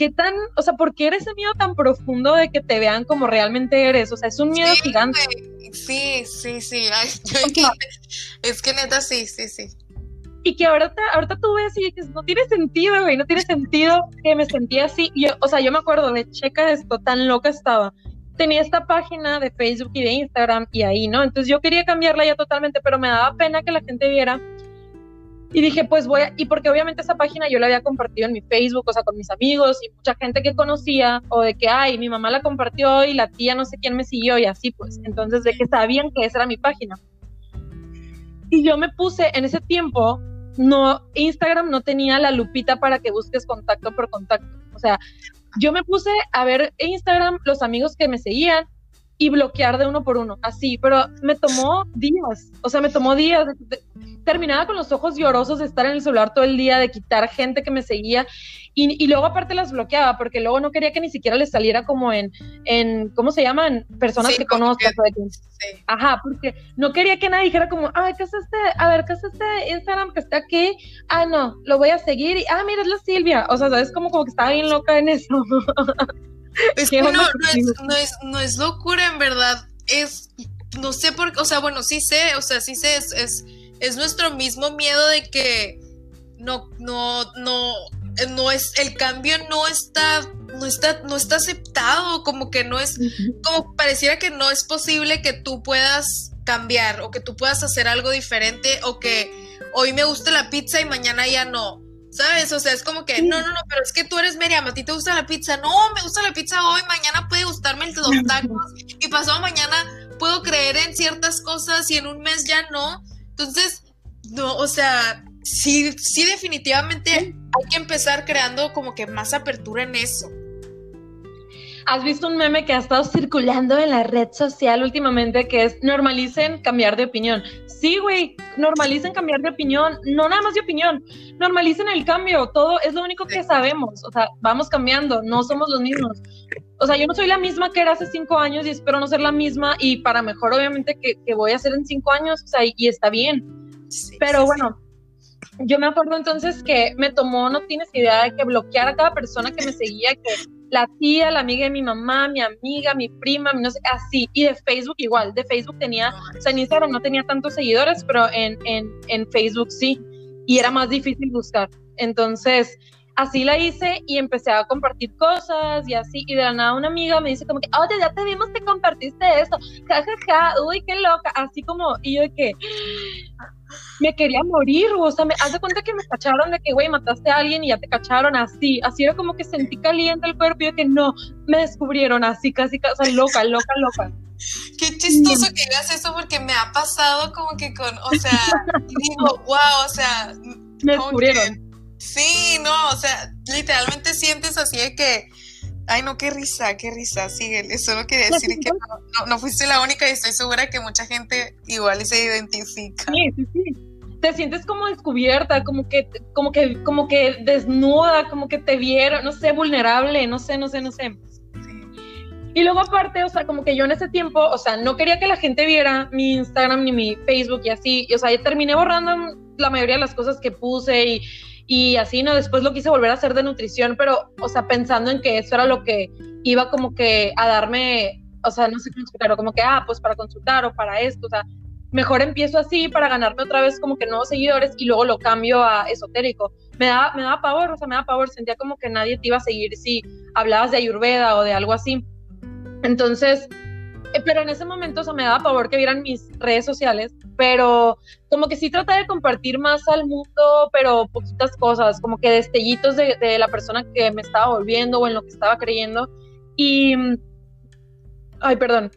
o sea, ¿por qué eres ese miedo tan profundo de que te vean como realmente eres? O sea, es un miedo gigante. Sí. Ay, es que neta, sí. Y que ahorita tú ves y dices, no tiene sentido, güey, no tiene sentido que me sentía así. Y o sea, yo me acuerdo de checa esto, tan loca estaba. Tenía esta página de Facebook y de Instagram y ahí, ¿no? Entonces yo quería cambiarla ya totalmente, pero me daba pena que la gente viera. Y dije, pues y porque obviamente esa página yo la había compartido en mi Facebook, o sea, con mis amigos y mucha gente que conocía, o de que, ay, mi mamá la compartió y la tía no sé quién me siguió y así, pues. Entonces, de que sabían que esa era mi página. Y yo me puse, en ese tiempo, Instagram no tenía la lupita para que busques contacto por contacto. O sea, yo me puse a ver Instagram, los amigos que me seguían, y bloquear de uno por uno, así, pero me tomó días, terminaba con los ojos llorosos de estar en el celular todo el día, de quitar gente que me seguía, y luego aparte las bloqueaba, porque luego no quería que ni siquiera les saliera como en ¿cómo se llaman? Personas que conozcas. Sí. Ajá, porque no quería que nadie dijera como, ay, ¿qué es este Instagram que está aquí? Ah, no, lo voy a seguir, y, mira, es la Silvia, o sea, ¿sabes? Como que estaba bien loca en eso. Es que no es locura, en verdad. No sé por qué, o sea, bueno, sí sé, es nuestro mismo miedo de que no es, el cambio no está aceptado, como que no es, como pareciera que no es posible que tú puedas cambiar, o que tú puedas hacer algo diferente, o que hoy me gusta la pizza y mañana ya no. ¿Sabes? O sea, es como que, no, pero es que tú eres Miriam, a ti te gusta la pizza. No, me gusta la pizza hoy, mañana puede gustarme los tacos, y pasado mañana puedo creer en ciertas cosas y en un mes ya no. Entonces, no, o sea, sí, definitivamente hay que empezar creando como que más apertura en eso. ¿Has visto un meme que ha estado circulando en la red social últimamente que es normalicen cambiar de opinión? Sí, güey, normalicen cambiar de opinión, no nada más de opinión, normalicen el cambio, todo es lo único que sabemos, o sea, vamos cambiando, no somos los mismos. O sea, yo no soy la misma que era hace 5 años y espero no ser la misma, y para mejor obviamente que voy a ser en 5 años, o sea, y está bien. Sí, pero bueno, yo me acuerdo entonces que me tomó, no tienes idea, de que bloquear a cada persona que me seguía, que la tía, la amiga de mi mamá, mi amiga, mi prima, no sé, así. Y de Facebook igual, de Facebook tenía, o sea, en Instagram no tenía tantos seguidores, pero en Facebook sí, y era más difícil buscar. Entonces, así la hice y empecé a compartir cosas y así, y de la nada una amiga me dice como que, oye, ya te vimos que compartiste eso, uy, qué loca, así como, y yo de que me quería morir, o sea, haz de cuenta que me cacharon de que, güey, mataste a alguien y ya te cacharon, así era como que sentí caliente el cuerpo, y yo que no, me descubrieron así, casi, o sea, loca. Qué chistoso que digas eso, porque me ha pasado como que o sea, digo, wow, o sea, me descubrieron. Sí, no, o sea, literalmente sientes así de que, ay, no, qué risa, síguele. Solo quería decir que no fuiste la única, y estoy segura que mucha gente igual se identifica. Sí. Te sientes como descubierta, como que desnuda, como que te vieron, no sé, vulnerable, no sé. Sí. Y luego aparte, o sea, como que yo en ese tiempo, o sea, no quería que la gente viera mi Instagram ni mi Facebook y así, y, o sea, yo terminé borrando la mayoría de las cosas que puse y así, ¿no? Después lo quise volver a hacer de nutrición, pero, o sea, pensando en que eso era lo que iba como que a darme, o sea, no sé cómo explicarlo, como que, pues para consultar o para esto, o sea, mejor empiezo así para ganarme otra vez como que nuevos seguidores y luego lo cambio a esotérico. Me daba pavor, o sea, me daba pavor, sentía como que nadie te iba a seguir si hablabas de Ayurveda o de algo así. Entonces, pero en ese momento, o sea, me daba pavor que vieran mis redes sociales, pero como que sí trataba de compartir más al mundo, pero poquitas cosas, como que destellitos de la persona que me estaba volviendo o en lo que estaba creyendo. Y, ay, perdón.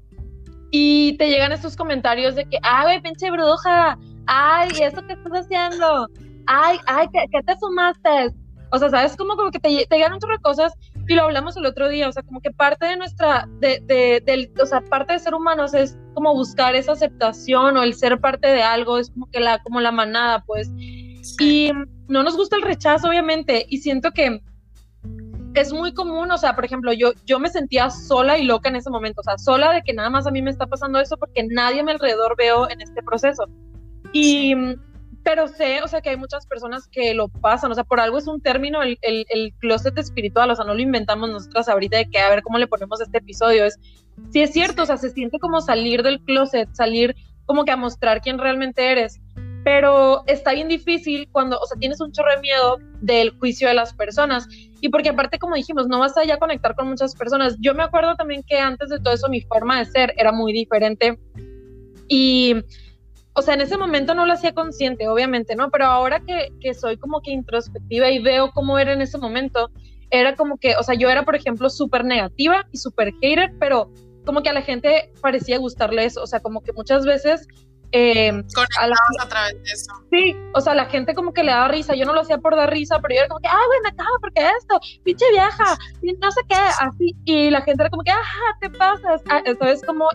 Y te llegan estos comentarios de que, güey, pinche bruja, ¿y eso qué estás haciendo? ¿Qué te fumaste? O sea, ¿sabes? Como que te llegan un chorro de cosas, y lo hablamos el otro día, o sea, como que parte de nuestra, o sea, parte de ser humanos es como buscar esa aceptación o el ser parte de algo, es como que como la manada, pues. Sí. Y no nos gusta el rechazo, obviamente, y siento que es muy común, o sea, por ejemplo, yo me sentía sola y loca en ese momento, o sea, sola de que nada más a mí me está pasando eso porque nadie a mi alrededor veo en este proceso. Y pero sé, o sea, que hay muchas personas que lo pasan, o sea, por algo es un término el closet espiritual, o sea, no lo inventamos nosotras ahorita de que a ver cómo le ponemos este episodio, sí es cierto, o sea, se siente como salir del closet, salir como que a mostrar quién realmente eres, pero está bien difícil cuando, o sea, tienes un chorro de miedo del juicio de las personas, y porque aparte, como dijimos, no vas a ya conectar con muchas personas. Yo me acuerdo también que antes de todo eso mi forma de ser era muy diferente, y o sea, en ese momento no lo hacía consciente, obviamente, ¿no? Pero ahora que soy como que introspectiva y veo cómo era en ese momento, era como que, o sea, yo era, por ejemplo, súper negativa y súper hater, pero como que a la gente parecía gustarle eso, o sea, como que muchas veces... conectabas a través de eso. Sí, o sea, la gente como que le daba risa, yo no lo hacía por dar risa, pero yo era como que, güey, me cago, porque esto, pinche vieja, y no sé qué, así, y la gente era como que, te pasas, ¿sabes? Como,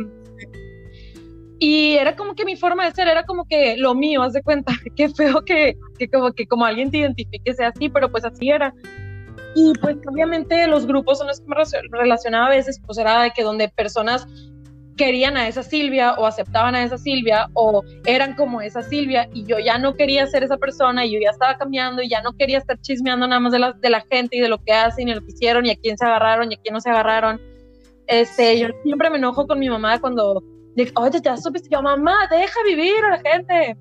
y era como que mi forma de ser era como que lo mío, haz de cuenta, qué feo que como alguien te identifique sea así, pero pues así era. Y pues obviamente los grupos en los que me relacionaba a veces, pues era de que donde personas querían a esa Silvia o aceptaban a esa Silvia o eran como esa Silvia y yo ya no quería ser esa persona y yo ya estaba cambiando y ya no quería estar chismeando nada más de la gente y de lo que hacen y lo que hicieron y a quién se agarraron y a quién no se agarraron. Yo siempre me enojo con mi mamá cuando oye, ya supiste, yo, mamá, deja vivir a la gente.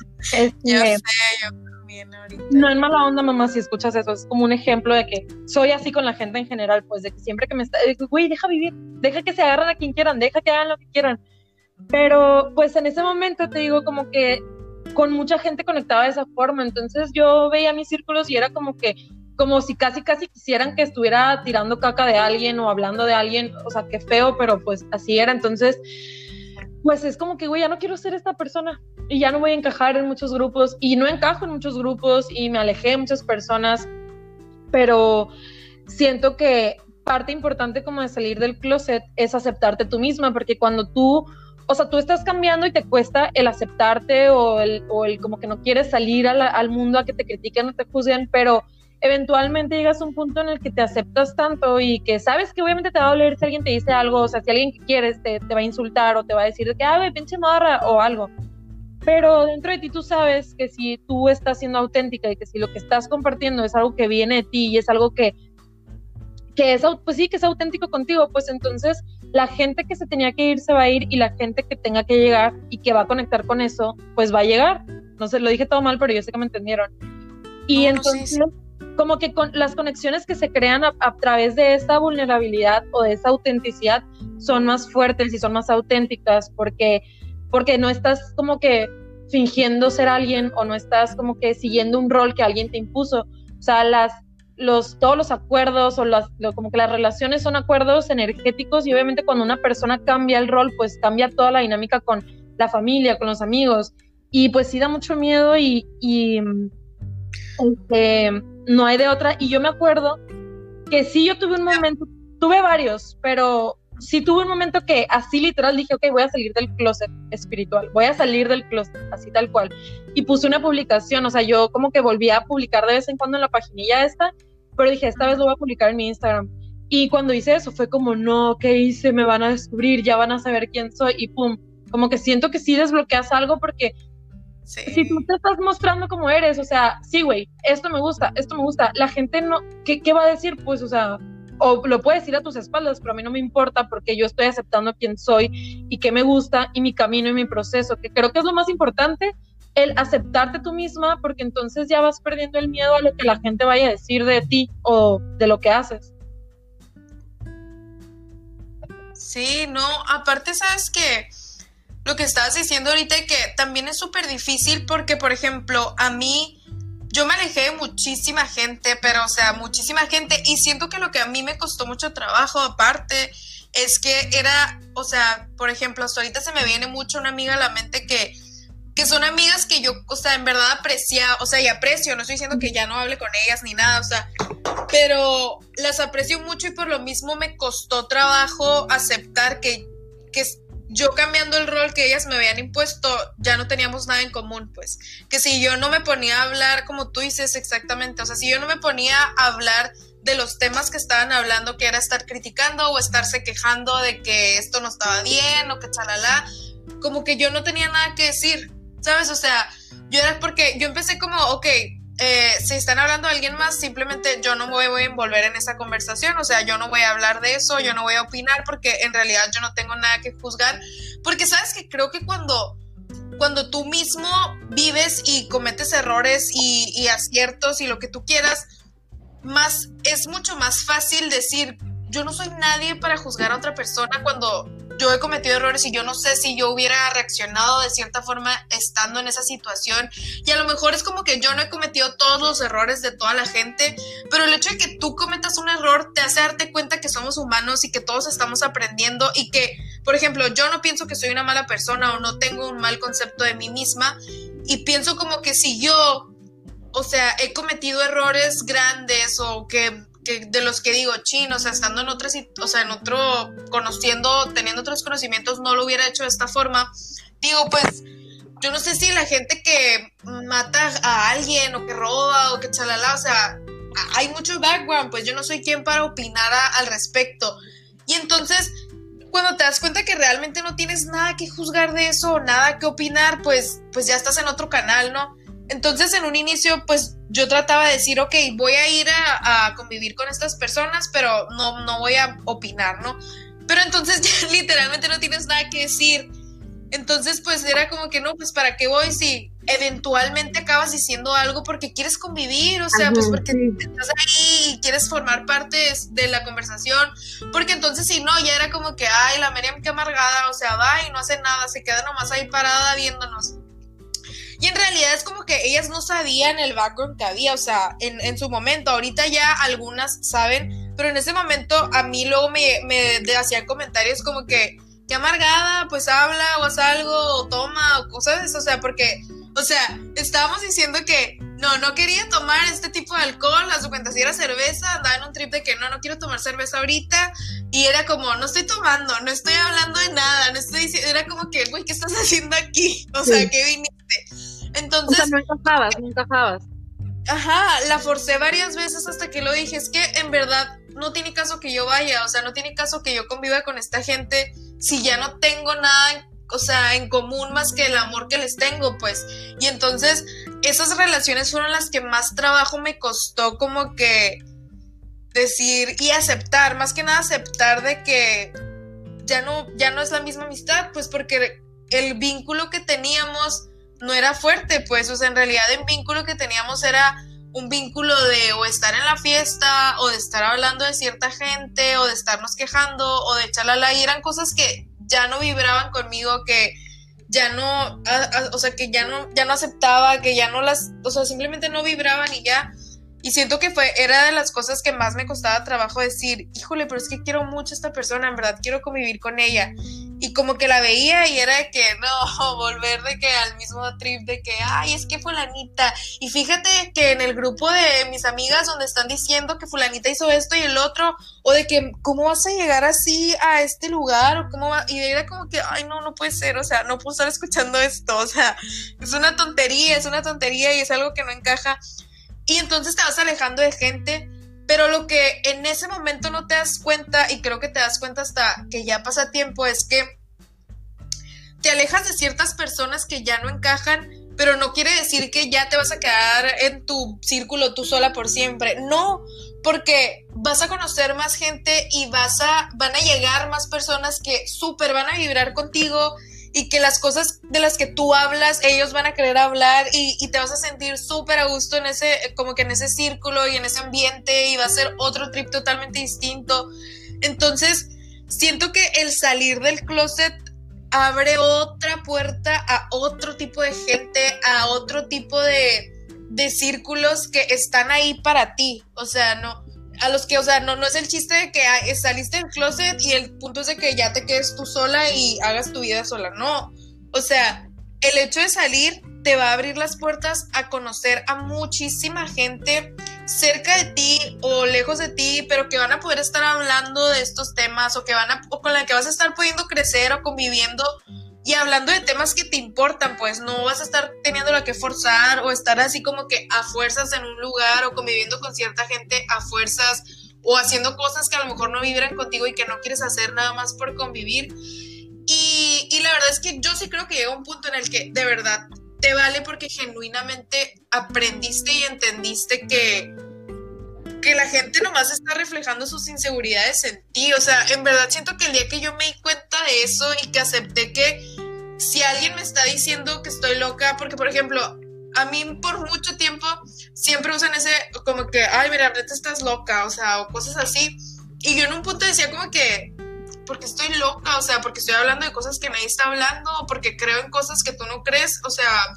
Yo sé, yo también ahorita. No en mala onda, mamá, si escuchas eso, es como un ejemplo de que soy así con la gente en general, pues de que siempre que me está, güey, deja vivir, deja que se agarren a quien quieran, deja que hagan lo que quieran. Pero pues en ese momento te digo como que con mucha gente conectaba de esa forma, entonces yo veía mis círculos y era como si casi quisieran que estuviera tirando caca de alguien o hablando de alguien, o sea, qué feo, pero pues así era, entonces pues es como que, güey, ya no quiero ser esta persona y ya no voy a encajar en muchos grupos y no encajo en muchos grupos y me alejé de muchas personas, pero siento que parte importante como de salir del closet es aceptarte tú misma, porque cuando tú estás cambiando y te cuesta el aceptarte o el como que no quieres salir al mundo a que te critiquen o te juzguen, pero eventualmente llegas a un punto en el que te aceptas tanto y que sabes que obviamente te va a doler si alguien te dice algo, o sea, si alguien que quieres te va a insultar o te va a decir que, güey, pinche morra o algo, pero dentro de ti tú sabes que si tú estás siendo auténtica y que si lo que estás compartiendo es algo que viene de ti y es algo que es, pues sí, que es auténtico contigo, pues entonces la gente que se tenía que ir se va a ir y la gente que tenga que llegar y que va a conectar con eso, pues va a llegar. No sé, lo dije todo mal, pero yo sé que me entendieron. Y entonces... sí. Como que con las conexiones que se crean a través de esa vulnerabilidad o de esa autenticidad son más fuertes y son más auténticas porque no estás como que fingiendo ser alguien o no estás como que siguiendo un rol que alguien te impuso. O sea, todos los acuerdos o como que las relaciones son acuerdos energéticos y obviamente cuando una persona cambia el rol, pues cambia toda la dinámica con la familia, con los amigos y pues sí da mucho miedo y no hay de otra. Y yo me acuerdo que sí, yo tuve un momento, tuve varios, pero sí tuve un momento que así literal dije, ok, voy a salir del closet espiritual, voy a salir del closet, así tal cual, y puse una publicación, o sea, yo como que volví a publicar de vez en cuando en la paginilla esta, pero dije, esta vez lo voy a publicar en mi Instagram, y cuando hice eso fue como, no, ¿qué hice? Me van a descubrir, ya van a saber quién soy, y pum, como que siento que sí desbloqueas algo porque sí. Si tú te estás mostrando como eres, o sea, sí, güey, esto me gusta, la gente no, ¿qué va a decir? Pues, o sea, o lo puedes decir a tus espaldas, pero a mí no me importa porque yo estoy aceptando quién soy y qué me gusta y mi camino y mi proceso, que creo que es lo más importante, el aceptarte tú misma, porque entonces ya vas perdiendo el miedo a lo que la gente vaya a decir de ti o de lo que haces. Sí, no, aparte, ¿sabes qué? Lo que estabas diciendo ahorita que también es súper difícil porque, por ejemplo, a mí, yo me alejé de muchísima gente, pero, o sea, muchísima gente, y siento que lo que a mí me costó mucho trabajo, aparte, es que era, o sea, por ejemplo, hasta ahorita se me viene mucho una amiga a la mente que son amigas que yo, o sea, en verdad y aprecio, no estoy diciendo que ya no hable con ellas ni nada, o sea, pero las aprecio mucho y por lo mismo me costó trabajo aceptar que yo cambiando el rol que ellas me habían impuesto, ya no teníamos nada en común, pues, que si yo no me ponía a hablar, como tú dices exactamente, o sea, si yo no me ponía a hablar de los temas que estaban hablando, que era estar criticando o estarse quejando de que esto no estaba bien o que chalala, como que yo no tenía nada que decir, ¿sabes? O sea, yo empecé como, ok, si están hablando de alguien más, simplemente yo no me voy a envolver en esa conversación, o sea, yo no voy a hablar de eso, yo no voy a opinar, porque en realidad yo no tengo nada que juzgar, porque sabes que creo que cuando tú mismo vives y cometes errores y aciertos y lo que tú quieras, es mucho más fácil decir, yo no soy nadie para juzgar a otra persona cuando yo he cometido errores y yo no sé si yo hubiera reaccionado de cierta forma estando en esa situación, y a lo mejor es como que yo no he cometido todos los errores de toda la gente, pero el hecho de que tú cometas un error te hace darte cuenta que somos humanos y que todos estamos aprendiendo, y que, por ejemplo, yo no pienso que soy una mala persona o no tengo un mal concepto de mí misma, y pienso como que si yo, o sea, he cometido errores grandes o que de los que digo, chin, o sea, estando en otra, o sea, en otro, conociendo, teniendo otros conocimientos, no lo hubiera hecho de esta forma, digo, pues, yo no sé si la gente que mata a alguien o que roba o que chalala, o sea, hay mucho background, pues yo no soy quien para opinar al respecto. Y entonces, cuando te das cuenta que realmente no tienes nada que juzgar de eso, nada que opinar, pues ya estás en otro canal, ¿no? Entonces, en un inicio, pues yo trataba de decir, ok, voy a ir a convivir con estas personas, pero no voy a opinar, ¿no? Pero entonces ya literalmente no tienes nada que decir. Entonces, pues era como que no, pues ¿para qué voy si eventualmente acabas diciendo algo porque quieres convivir? O sea, pues porque estás ahí y quieres formar parte de la conversación. Porque entonces si no, ya era como que, ay, la Miriam qué amargada, o sea, va y no hace nada, se queda nomás ahí parada viéndonos. Y en realidad es como que ellas no sabían el background que había, o sea, en su momento. Ahorita ya algunas saben, pero en ese momento a mí luego me hacían comentarios como que, qué amargada, pues habla o haz algo, o toma, o cosas de eso, o sea, porque, o sea, estábamos diciendo que no quería tomar este tipo de alcohol, a su cuenta si era cerveza, andaba en un trip de que no quiero tomar cerveza ahorita, y era como, no estoy tomando, no estoy hablando de nada, no estoy diciendo, era como que, güey, ¿qué estás haciendo aquí? O sea, ¿qué viniste? Entonces, o sea, no encajabas. Ajá, la forcé varias veces hasta que lo dije, es que en verdad no tiene caso que yo vaya, o sea, no tiene caso que yo conviva con esta gente si ya no tengo nada, o sea, en común más que el amor que les tengo, pues. Y entonces, esas relaciones fueron las que más trabajo me costó como que decir y aceptar, más que nada aceptar de que ya no es la misma amistad, pues porque el vínculo que teníamos no era fuerte, pues, o sea, en realidad el vínculo que teníamos era un vínculo de o estar en la fiesta, o de estar hablando de cierta gente, o de estarnos quejando, o de chalala, y eran cosas que ya no vibraban conmigo, que ya no, o sea, que ya no aceptaba, que ya no las, o sea, simplemente no vibraban y ya. Y siento que era de las cosas que más me costaba trabajo decir, híjole, pero es que quiero mucho a esta persona, en verdad quiero convivir con ella. Y como que la veía y era de que, no, volver de que al mismo trip de que, ay, es que fulanita. Y fíjate que en el grupo de mis amigas donde están diciendo que fulanita hizo esto y el otro, o de que, ¿cómo vas a llegar así a este lugar? O cómo va? Y era como que, ay, no puede ser, o sea, no puedo estar escuchando esto, o sea, es una tontería y es algo que no encaja. Y entonces te vas alejando de gente, pero lo que en ese momento no te das cuenta, y creo que te das cuenta hasta que ya pasa tiempo, es que te alejas de ciertas personas que ya no encajan, pero no quiere decir que ya te vas a quedar en tu círculo tú sola por siempre. No, porque vas a conocer más gente y van a llegar más personas que súper van a vibrar contigo, y que las cosas de las que tú hablas, ellos van a querer hablar, y te vas a sentir súper a gusto en como que en ese círculo y en ese ambiente, y va a ser otro trip totalmente distinto. Entonces, siento que el salir del closet abre otra puerta a otro tipo de gente, a otro tipo de círculos que están ahí para ti. O sea, no, a los que, o sea, no es el chiste de que saliste del closet y el punto es de que ya te quedes tú sola y hagas tu vida sola, no. O sea, el hecho de salir te va a abrir las puertas a conocer a muchísima gente cerca de ti o lejos de ti, pero que van a poder estar hablando de estos temas, o con la que vas a estar pudiendo crecer o conviviendo y hablando de temas que te importan, pues no vas a estar teniéndola que forzar o estar así como que a fuerzas en un lugar, o conviviendo con cierta gente a fuerzas, o haciendo cosas que a lo mejor no vibran contigo y que no quieres hacer nada más por convivir. Y la verdad es que yo sí creo que llega un punto en el que de verdad te vale porque genuinamente aprendiste y entendiste que la gente nomás está reflejando sus inseguridades en ti. O sea, en verdad siento que el día que yo me di cuenta de eso y que acepté que si alguien me está diciendo que estoy loca, porque por ejemplo, a mí por mucho tiempo siempre usan ese como que, ay, mira, neta estás loca, o sea, o cosas así. Y yo en un punto decía como que, porque estoy loca, o sea, porque estoy hablando de cosas que nadie está hablando, o porque creo en cosas que tú no crees, o sea,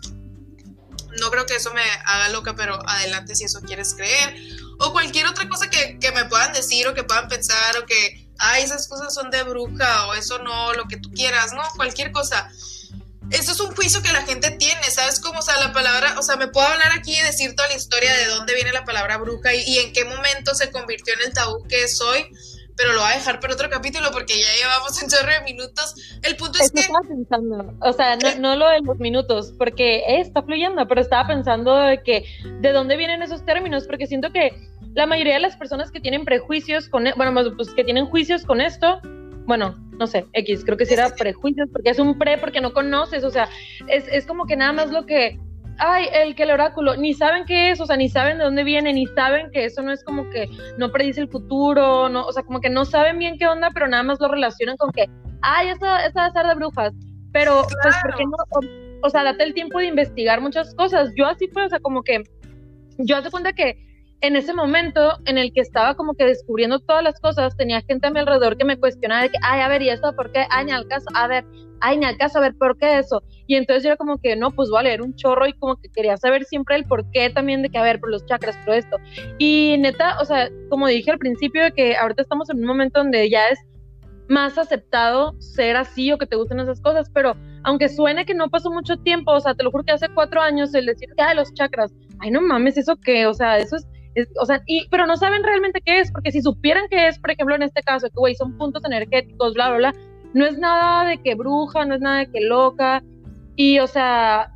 no creo que eso me haga loca, pero adelante si eso quieres creer, o cualquier otra cosa que me puedan decir, o que puedan pensar, o que, ay, esas cosas son de bruja, o eso no, lo que tú quieras, ¿no? Cualquier cosa. Eso es un juicio que la gente tiene, ¿sabes cómo? O sea, la palabra, o sea, me puedo hablar aquí y decir toda la historia de dónde viene la palabra bruja y en qué momento se convirtió en el tabú que es hoy, pero lo voy a dejar para otro capítulo porque ya llevamos un chorro de minutos. El punto es que... Estaba pensando, o sea, no lo de los minutos, porque está fluyendo, pero estaba pensando de que, ¿de dónde vienen esos términos? Porque siento que la mayoría de las personas que tienen prejuicios con, bueno, pues que tienen juicios con esto, bueno, no sé, X, creo que sí era prejuicios, porque es un porque no conoces, o sea, es como que nada más lo que... Ay, el oráculo, ni saben qué es, o sea, ni saben de dónde viene, ni saben que eso no es como que no predice el futuro, no, o sea, como que no saben bien qué onda, pero nada más lo relacionan con que, ay, eso va a ser de brujas, pero claro. Pues, ¿por qué no? O sea, date el tiempo de investigar muchas cosas. Yo así fue, o sea, como que, yo hace cuenta que en ese momento en el que estaba como que descubriendo todas las cosas, tenía gente a mi alrededor que me cuestionaba de que, ay, a ver, ¿y esto por qué? Ay, ni al caso, a ver, ¿por qué eso? Y entonces yo era como que, no, pues voy a leer un chorro y como que quería saber siempre el por qué también de que, a ver, por los chakras, por esto. Y neta, o sea, como dije al principio, de que ahorita estamos en un momento donde ya es más aceptado ser así o que te gusten esas cosas, pero aunque suene que no pasó mucho tiempo, o sea, te lo juro que hace 4 años el decir que, los chakras, ay, no mames, ¿eso qué? O sea, eso es o sea, pero no saben realmente qué es, porque si supieran qué es, por ejemplo, en este caso, que güey, son puntos energéticos, bla, bla, bla, no es nada de que bruja, no es nada de que loca, y o sea,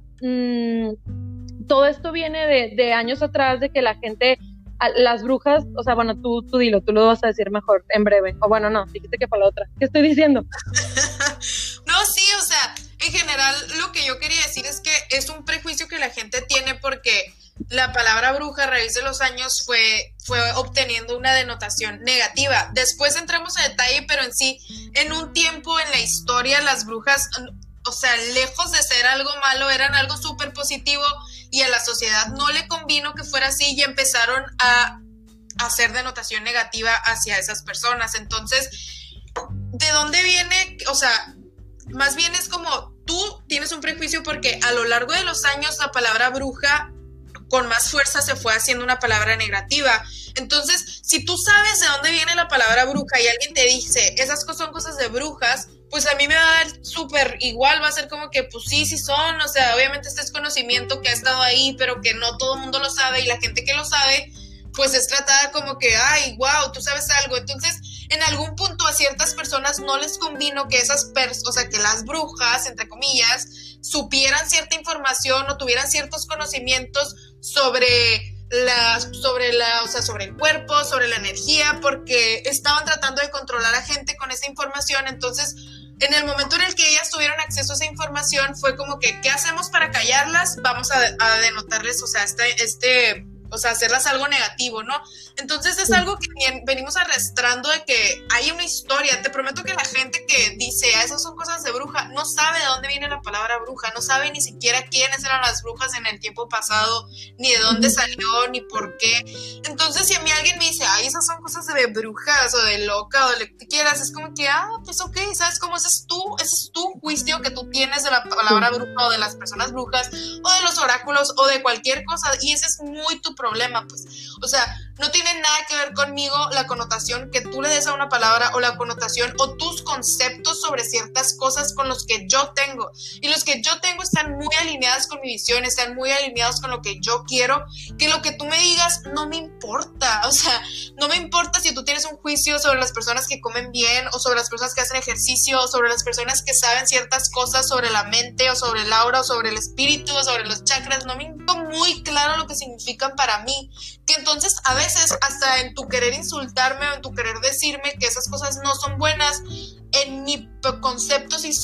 todo esto viene de años atrás, de que la gente, las brujas, o sea, bueno, tú dilo, tú lo vas a decir mejor, en breve, o bueno, no, dijiste que para la otra, ¿qué estoy diciendo? No, sí, o sea, en general lo que yo quería decir es que es un prejuicio que la gente tiene porque la palabra bruja a raíz de los años fue obteniendo una denotación negativa. Después entramos en detalle, pero en sí, en un tiempo en la historia, las brujas, o sea, lejos de ser algo malo, eran algo súper positivo y a la sociedad no le convino que fuera así y empezaron a hacer denotación negativa hacia esas personas. Entonces, ¿de dónde viene? O sea, más bien es como tú tienes un prejuicio porque a lo largo de los años la palabra bruja con más fuerza se fue haciendo una palabra negativa. Entonces, si tú sabes de dónde viene la palabra bruja y alguien te dice, esas son cosas de brujas, pues a mí me va a dar súper igual, va a ser como que, pues sí son, o sea, obviamente este es conocimiento que ha estado ahí, pero que no todo el mundo lo sabe y la gente que lo sabe, pues es tratada como que, ay, wow, tú sabes algo. Entonces, en algún punto a ciertas personas no les convino que o sea, que las brujas, entre comillas, supieran cierta información o tuvieran ciertos conocimientos sobre el cuerpo, sobre la energía, porque estaban tratando de controlar a gente con esa información. Entonces, en el momento en el que ellas tuvieron acceso a esa información, fue como que, ¿qué hacemos para callarlas? Vamos a denotarles, o sea, o sea, hacerlas algo negativo, ¿no? Entonces es algo que venimos arrastrando de que hay una historia. Te prometo que la gente que dice, esas son cosas de bruja, no sabe de dónde viene la palabra bruja, no sabe ni siquiera quiénes eran las brujas en el tiempo pasado, ni de dónde salió, ni por qué. Entonces, si a mí alguien me dice, ay, esas son cosas de brujas, o de loca, o de lo que quieras, es como que, pues ok, ¿sabes cómo? Ese es tu juicio que tú tienes de la palabra bruja, o de las personas brujas, o de los oráculos, o de cualquier cosa, y ese es muy tu problema, pues. O sea, no tiene nada que ver conmigo la connotación que tú le des a una palabra o la connotación o tus conceptos sobre ciertas cosas con los que yo tengo. Y los que yo tengo están muy alineados con mi visión, están muy alineados con lo que yo quiero, que lo que tú me digas no me importa. O sea, no me importa si tú tienes un juicio sobre las personas que comen bien o sobre las personas que hacen ejercicio o sobre las personas que saben ciertas cosas sobre la mente o sobre el aura o sobre el espíritu o sobre los chakras. No me importa muy claro lo que significan para mí, que entonces a veces hasta en tu querer insultarme o en tu querer decirme que esas cosas no son buenas, en mi concepto sí son,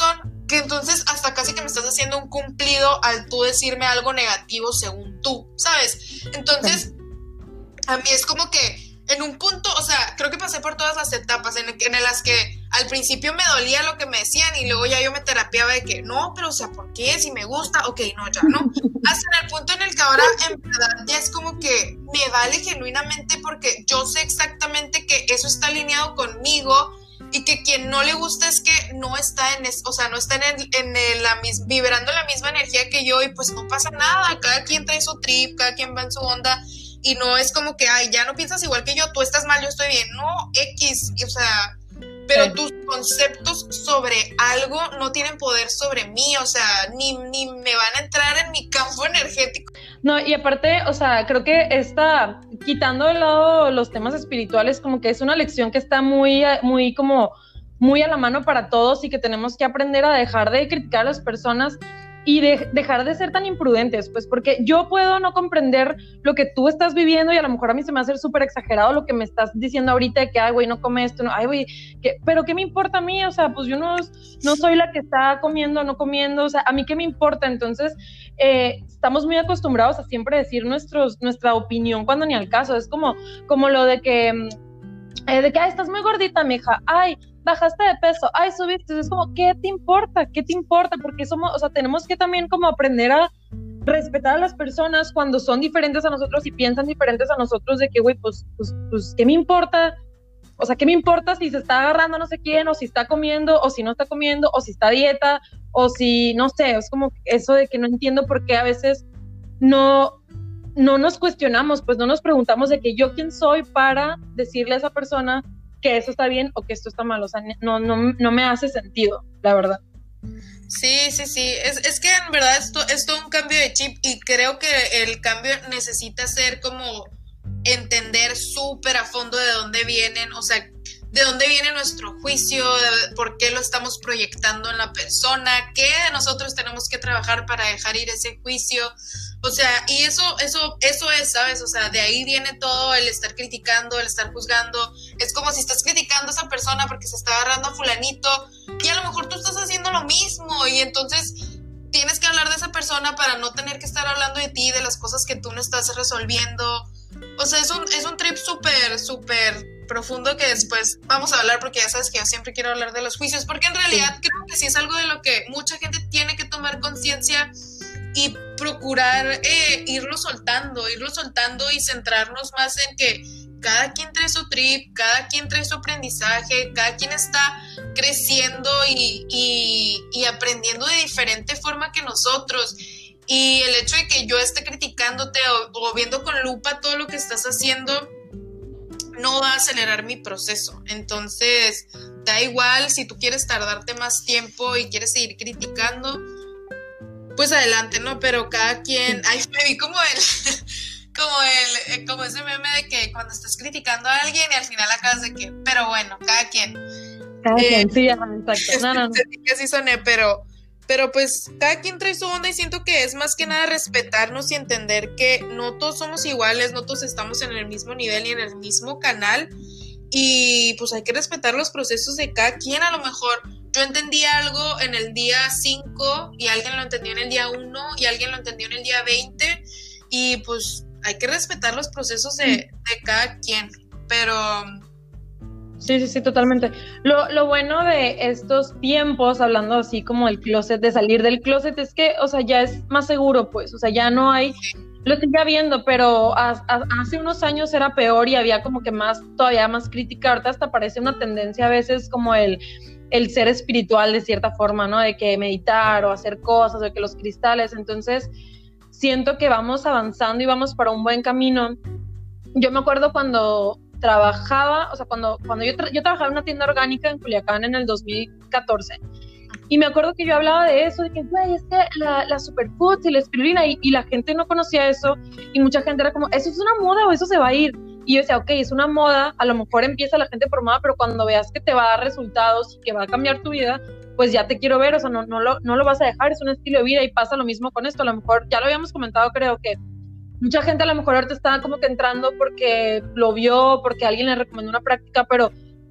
que entonces hasta casi que me estás haciendo un cumplido al tú decirme algo negativo según tú, ¿sabes? Entonces, a mí es como que en un punto, o sea, creo que pasé por todas las etapas en las que al principio me dolía lo que me decían y luego ya yo me terapiaba de que no, pero o sea, ¿por qué? Si me gusta, ok, no, ya no. Hasta en el punto en el que ahora en verdad ya es como que me vale genuinamente porque yo sé exactamente que eso está alineado conmigo y que quien no le gusta es que no está o sea, no está vibrando la misma energía que yo y pues no pasa nada, cada quien trae su trip, cada quien va en su onda. Y no es como que, ay, ya no piensas igual que yo, tú estás mal, yo estoy bien. No, X, o sea, pero tus conceptos sobre algo no tienen poder sobre mí, o sea, ni me van a entrar en mi campo energético. No, y aparte, o sea, creo que quitando de lado los temas espirituales, como que es una lección que está muy a la mano para todos y que tenemos que aprender a dejar de criticar a las personas y dejar de ser tan imprudentes, pues porque yo puedo no comprender lo que tú estás viviendo y a lo mejor a mí se me va a hacer súper exagerado lo que me estás diciendo ahorita de que, ay, güey, no come esto, no, ay, güey, pero ¿qué me importa a mí? O sea, pues yo no soy la que está comiendo, no comiendo, o sea, ¿a mí qué me importa? Entonces, estamos muy acostumbrados a siempre decir nuestra opinión cuando ni al caso, es como lo de que, ay, estás muy gordita, mija, ay, bajaste de peso, ay, subiste, es como, ¿qué te importa? ¿Qué te importa? Porque o sea, tenemos que también como aprender a respetar a las personas cuando son diferentes a nosotros y piensan diferentes a nosotros, de que, güey, pues, ¿qué me importa? O sea, ¿qué me importa si se está agarrando no sé quién, o si está comiendo, o si no está comiendo, o si está a dieta, o si, no sé, es como eso de que no entiendo por qué a veces no nos cuestionamos, pues no nos preguntamos de que yo quién soy para decirle a esa persona que eso está bien o que esto está mal, o sea, no me hace sentido, la verdad. Sí, es que en verdad esto es todo un cambio de chip y creo que el cambio necesita ser como entender súper a fondo de dónde vienen, o sea, de dónde viene nuestro juicio, de por qué lo estamos proyectando en la persona, qué de nosotros tenemos que trabajar para dejar ir ese juicio, o sea, y eso es, ¿sabes? O sea, de ahí viene todo el estar criticando, el estar juzgando, es como si estás criticando a esa persona porque se está agarrando a fulanito y a lo mejor tú estás haciendo lo mismo y entonces tienes que hablar de esa persona para no tener que estar hablando de ti, de las cosas que tú no estás resolviendo. O sea, es un trip súper profundo que después vamos a hablar porque ya sabes que yo siempre quiero hablar de los juicios porque en realidad creo que sí es algo de lo que mucha gente tiene que tomar conciencia y procurar irlo soltando y centrarnos más en que cada quien trae su trip, cada quien trae su aprendizaje, cada quien está creciendo y aprendiendo de diferente forma que nosotros. Y el hecho de que yo esté criticándote o viendo con lupa todo lo que estás haciendo no va a acelerar mi proceso. Entonces, da igual si tú quieres tardarte más tiempo y quieres seguir criticando, pues adelante, ¿no? Pero cada quien... Ay, me vi como ese meme de que cuando estás criticando a alguien y al final acabas de que... Pero bueno, cada quien. Cada quien, sí, exacto. No. Así soné, pero pues cada quien trae su onda y siento que es más que nada respetarnos y entender que no todos somos iguales, no todos estamos en el mismo nivel y en el mismo canal y pues hay que respetar los procesos de cada quien. A lo mejor yo entendí algo en el día 5 y alguien lo entendió en el día 1 y alguien lo entendió en el día 20 y pues hay que respetar los procesos de cada quien, pero... Sí, totalmente. Lo bueno de estos tiempos, hablando así como del closet, de salir del closet, es que, o sea, ya es más seguro, pues, o sea, ya no hay, lo estoy ya viendo, pero hace unos años era peor y había como que todavía más crítica. Ahorita hasta parece una tendencia a veces como el ser espiritual de cierta forma, ¿no? De que meditar o hacer cosas, de que los cristales, entonces siento que vamos avanzando y vamos para un buen camino. Yo me acuerdo cuando trabajaba, o sea, cuando yo trabajaba en una tienda orgánica en Culiacán en el 2014, y me acuerdo que yo hablaba de eso, de que, güey, es que la superfoods y la espirulina, y la gente no conocía eso, y mucha gente era como, ¿eso es una moda o eso se va a ir? Y yo decía, ok, es una moda, a lo mejor empieza la gente por moda, pero cuando veas que te va a dar resultados y que va a cambiar tu vida, pues ya te quiero ver, o sea, no lo vas a dejar, es un estilo de vida, y pasa lo mismo con esto. A lo mejor, ya lo habíamos comentado, creo que mucha gente a lo mejor ahorita está como que entrando porque lo vio, porque alguien le recomendó una práctica, pero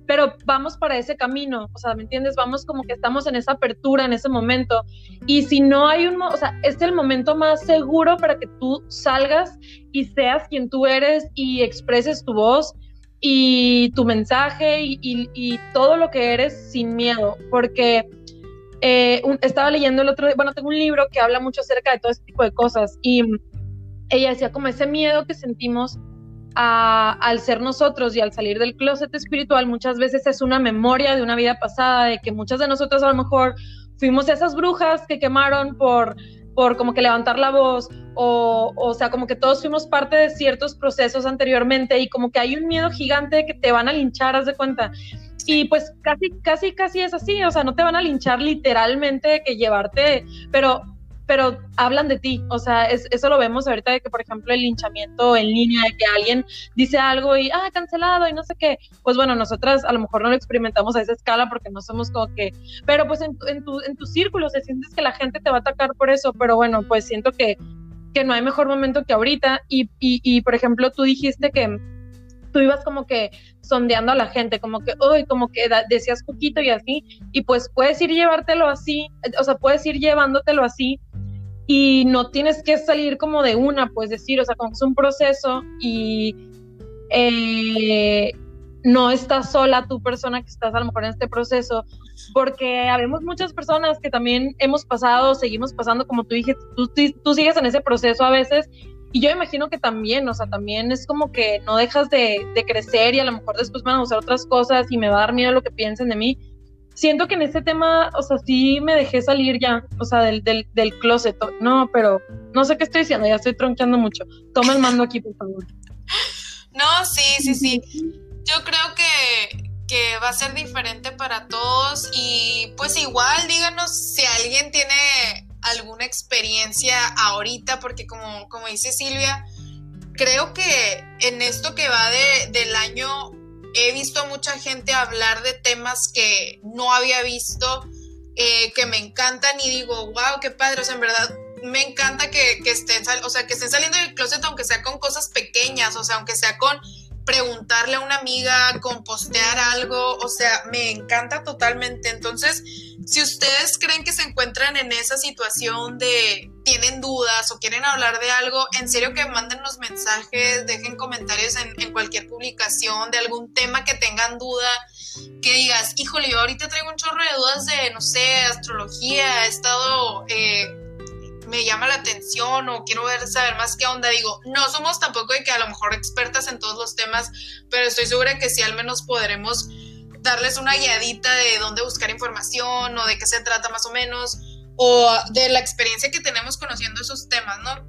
pero vamos para ese camino, o sea, ¿me entiendes? Vamos como que estamos en esa apertura en ese momento, y si no hay o sea, es el momento más seguro para que tú salgas y seas quien tú eres y expreses tu voz y tu mensaje y todo lo que eres sin miedo, porque estaba leyendo el otro día, bueno, tengo un libro que habla mucho acerca de todo este tipo de cosas, y ella decía como ese miedo que sentimos al ser nosotros y al salir del closet espiritual muchas veces es una memoria de una vida pasada, de que muchas de nosotros a lo mejor fuimos esas brujas que quemaron por como que levantar la voz, o sea, como que todos fuimos parte de ciertos procesos anteriormente, y como que hay un miedo gigante de que te van a linchar, haz de cuenta. Y pues casi es así, o sea, no te van a linchar literalmente de que llevarte, pero hablan de ti, o sea, eso lo vemos ahorita de que, por ejemplo, el linchamiento en línea, de que alguien dice algo y, cancelado y no sé qué, pues bueno, nosotras a lo mejor no lo experimentamos a esa escala porque no somos como que, pero pues en tu círculo se sientes que la gente te va a atacar por eso, pero bueno, pues siento que no hay mejor momento que ahorita, y por ejemplo, tú dijiste que tú ibas como que sondeando a la gente, como que, decías poquito y así, y pues puedes ir llevártelo así, o sea, puedes ir llevándotelo así, y no tienes que salir como de una, pues decir, o sea, como que es un proceso, y no estás sola tú, persona que estás a lo mejor en este proceso, porque habemos muchas personas que también hemos pasado, seguimos pasando, como tú dijiste, tú sigues en ese proceso a veces, y yo imagino que también, o sea, también es como que no dejas de crecer, y a lo mejor después van a usar otras cosas y me va a dar miedo lo que piensen de mí. Siento que en este tema, o sea, sí me dejé salir ya, o sea, del closet. No, pero no sé qué estoy diciendo, ya estoy tronqueando mucho. Toma el mando aquí, por favor. No, sí. Yo creo que va a ser diferente para todos, y pues igual díganos si alguien tiene alguna experiencia ahorita, porque como dice Silvia, creo que en esto que va del año he visto a mucha gente hablar de temas que no había visto, que me encantan, y digo, wow, qué padre, o sea, en verdad me encanta que estén saliendo del closet, aunque sea con cosas pequeñas, o sea, aunque sea con preguntarle a una amiga, con postear algo, o sea, me encanta totalmente. Entonces, si ustedes creen que se encuentran en esa situación de tienen dudas o quieren hablar de algo, en serio que mándennos mensajes, dejen comentarios en cualquier publicación de algún tema que tengan duda, que digas, híjole, yo ahorita traigo un chorro de dudas de, no sé, astrología, he estado... me llama la atención o quiero saber más qué onda. Digo, no somos tampoco de que a lo mejor expertas en todos los temas, pero estoy segura que sí al menos podremos darles una guiadita de dónde buscar información o de qué se trata más o menos, o de la experiencia que tenemos conociendo esos temas, ¿no?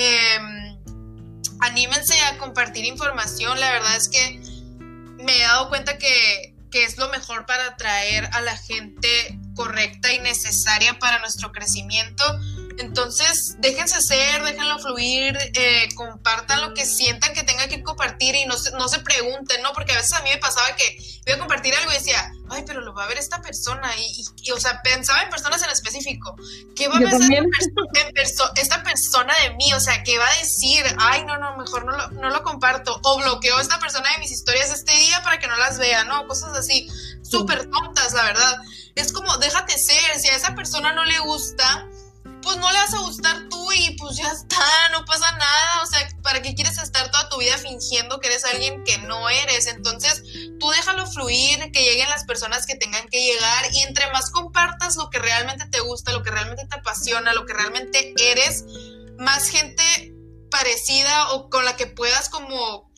Anímense a compartir información. La verdad es que me he dado cuenta que es lo mejor para atraer a la gente correcta y necesaria para nuestro crecimiento. Entonces, déjense ser, déjenlo fluir, compartan lo que sientan que tengan que compartir, y no se pregunten, ¿no? Porque a veces a mí me pasaba que iba a compartir algo y decía, ay, pero lo va a ver esta persona, y o sea, pensaba en personas en específico. ¿Qué va a pensar esta persona de mí? O sea, ¿qué va a decir? Ay, no, mejor no lo comparto, o bloqueo a esta persona de mis historias este día para que no las vea, ¿no? Cosas así, súper tontas, la verdad. Es como, déjate ser, si a esa persona no le gusta, pues no le vas a gustar tú, y pues ya está, no pasa nada. O sea, ¿para qué quieres estar toda tu vida fingiendo que eres alguien que no eres? Entonces, tú déjalo fluir, que lleguen las personas que tengan que llegar, y entre más compartas lo que realmente te gusta, lo que realmente te apasiona, lo que realmente eres, más gente parecida o con la que puedas como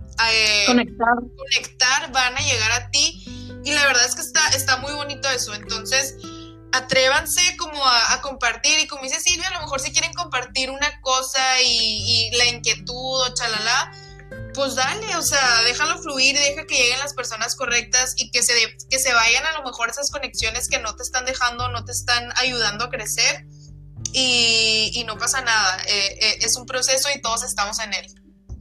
conectar van a llegar a ti, y la verdad es que está muy bonito eso. Entonces, atrévanse como a compartir, y como dice Silvia, a lo mejor si quieren compartir una cosa y la inquietud o chalala, pues dale, o sea, déjalo fluir, deja que lleguen las personas correctas, y que se vayan a lo mejor esas conexiones que no te están dejando, no te están ayudando a crecer, y no pasa nada, es un proceso y todos estamos en él.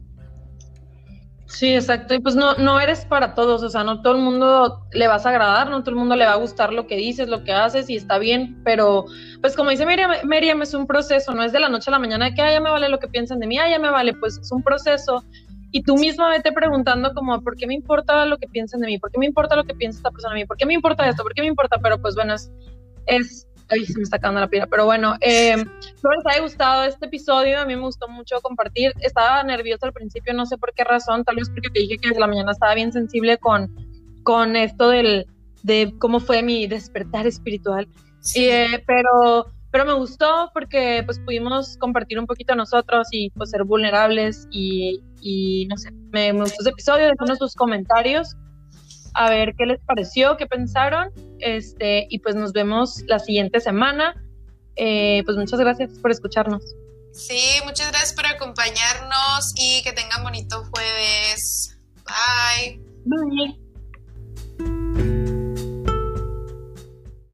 Sí, exacto, y pues no eres para todos, o sea, no todo el mundo le vas a agradar, no todo el mundo le va a gustar lo que dices, lo que haces, y está bien, pero pues como dice Miriam, es un proceso, no es de la noche a la mañana de que ya me vale lo que piensan de mí, ya me vale, pues es un proceso, y tú misma vete preguntando como, ¿por qué me importa lo que piensen de mí? ¿Por qué me importa lo que piensa esta persona de mí? ¿Por qué me importa esto? ¿Por qué me importa? Pero pues bueno, ay, se me está acabando la pila, pero bueno, espero les haya gustado este episodio, a mí me gustó mucho compartir, estaba nerviosa al principio, no sé por qué razón, tal vez porque te dije que desde la mañana estaba bien sensible con esto de cómo fue mi despertar espiritual, Sí. pero me gustó porque pues pudimos compartir un poquito nosotros y pues ser vulnerables y no sé, me gustó ese episodio, déjanos sus comentarios a ver qué les pareció, qué pensaron, y pues nos vemos la siguiente semana. Pues muchas gracias por escucharnos. Sí, muchas gracias por acompañarnos y que tengan bonito jueves.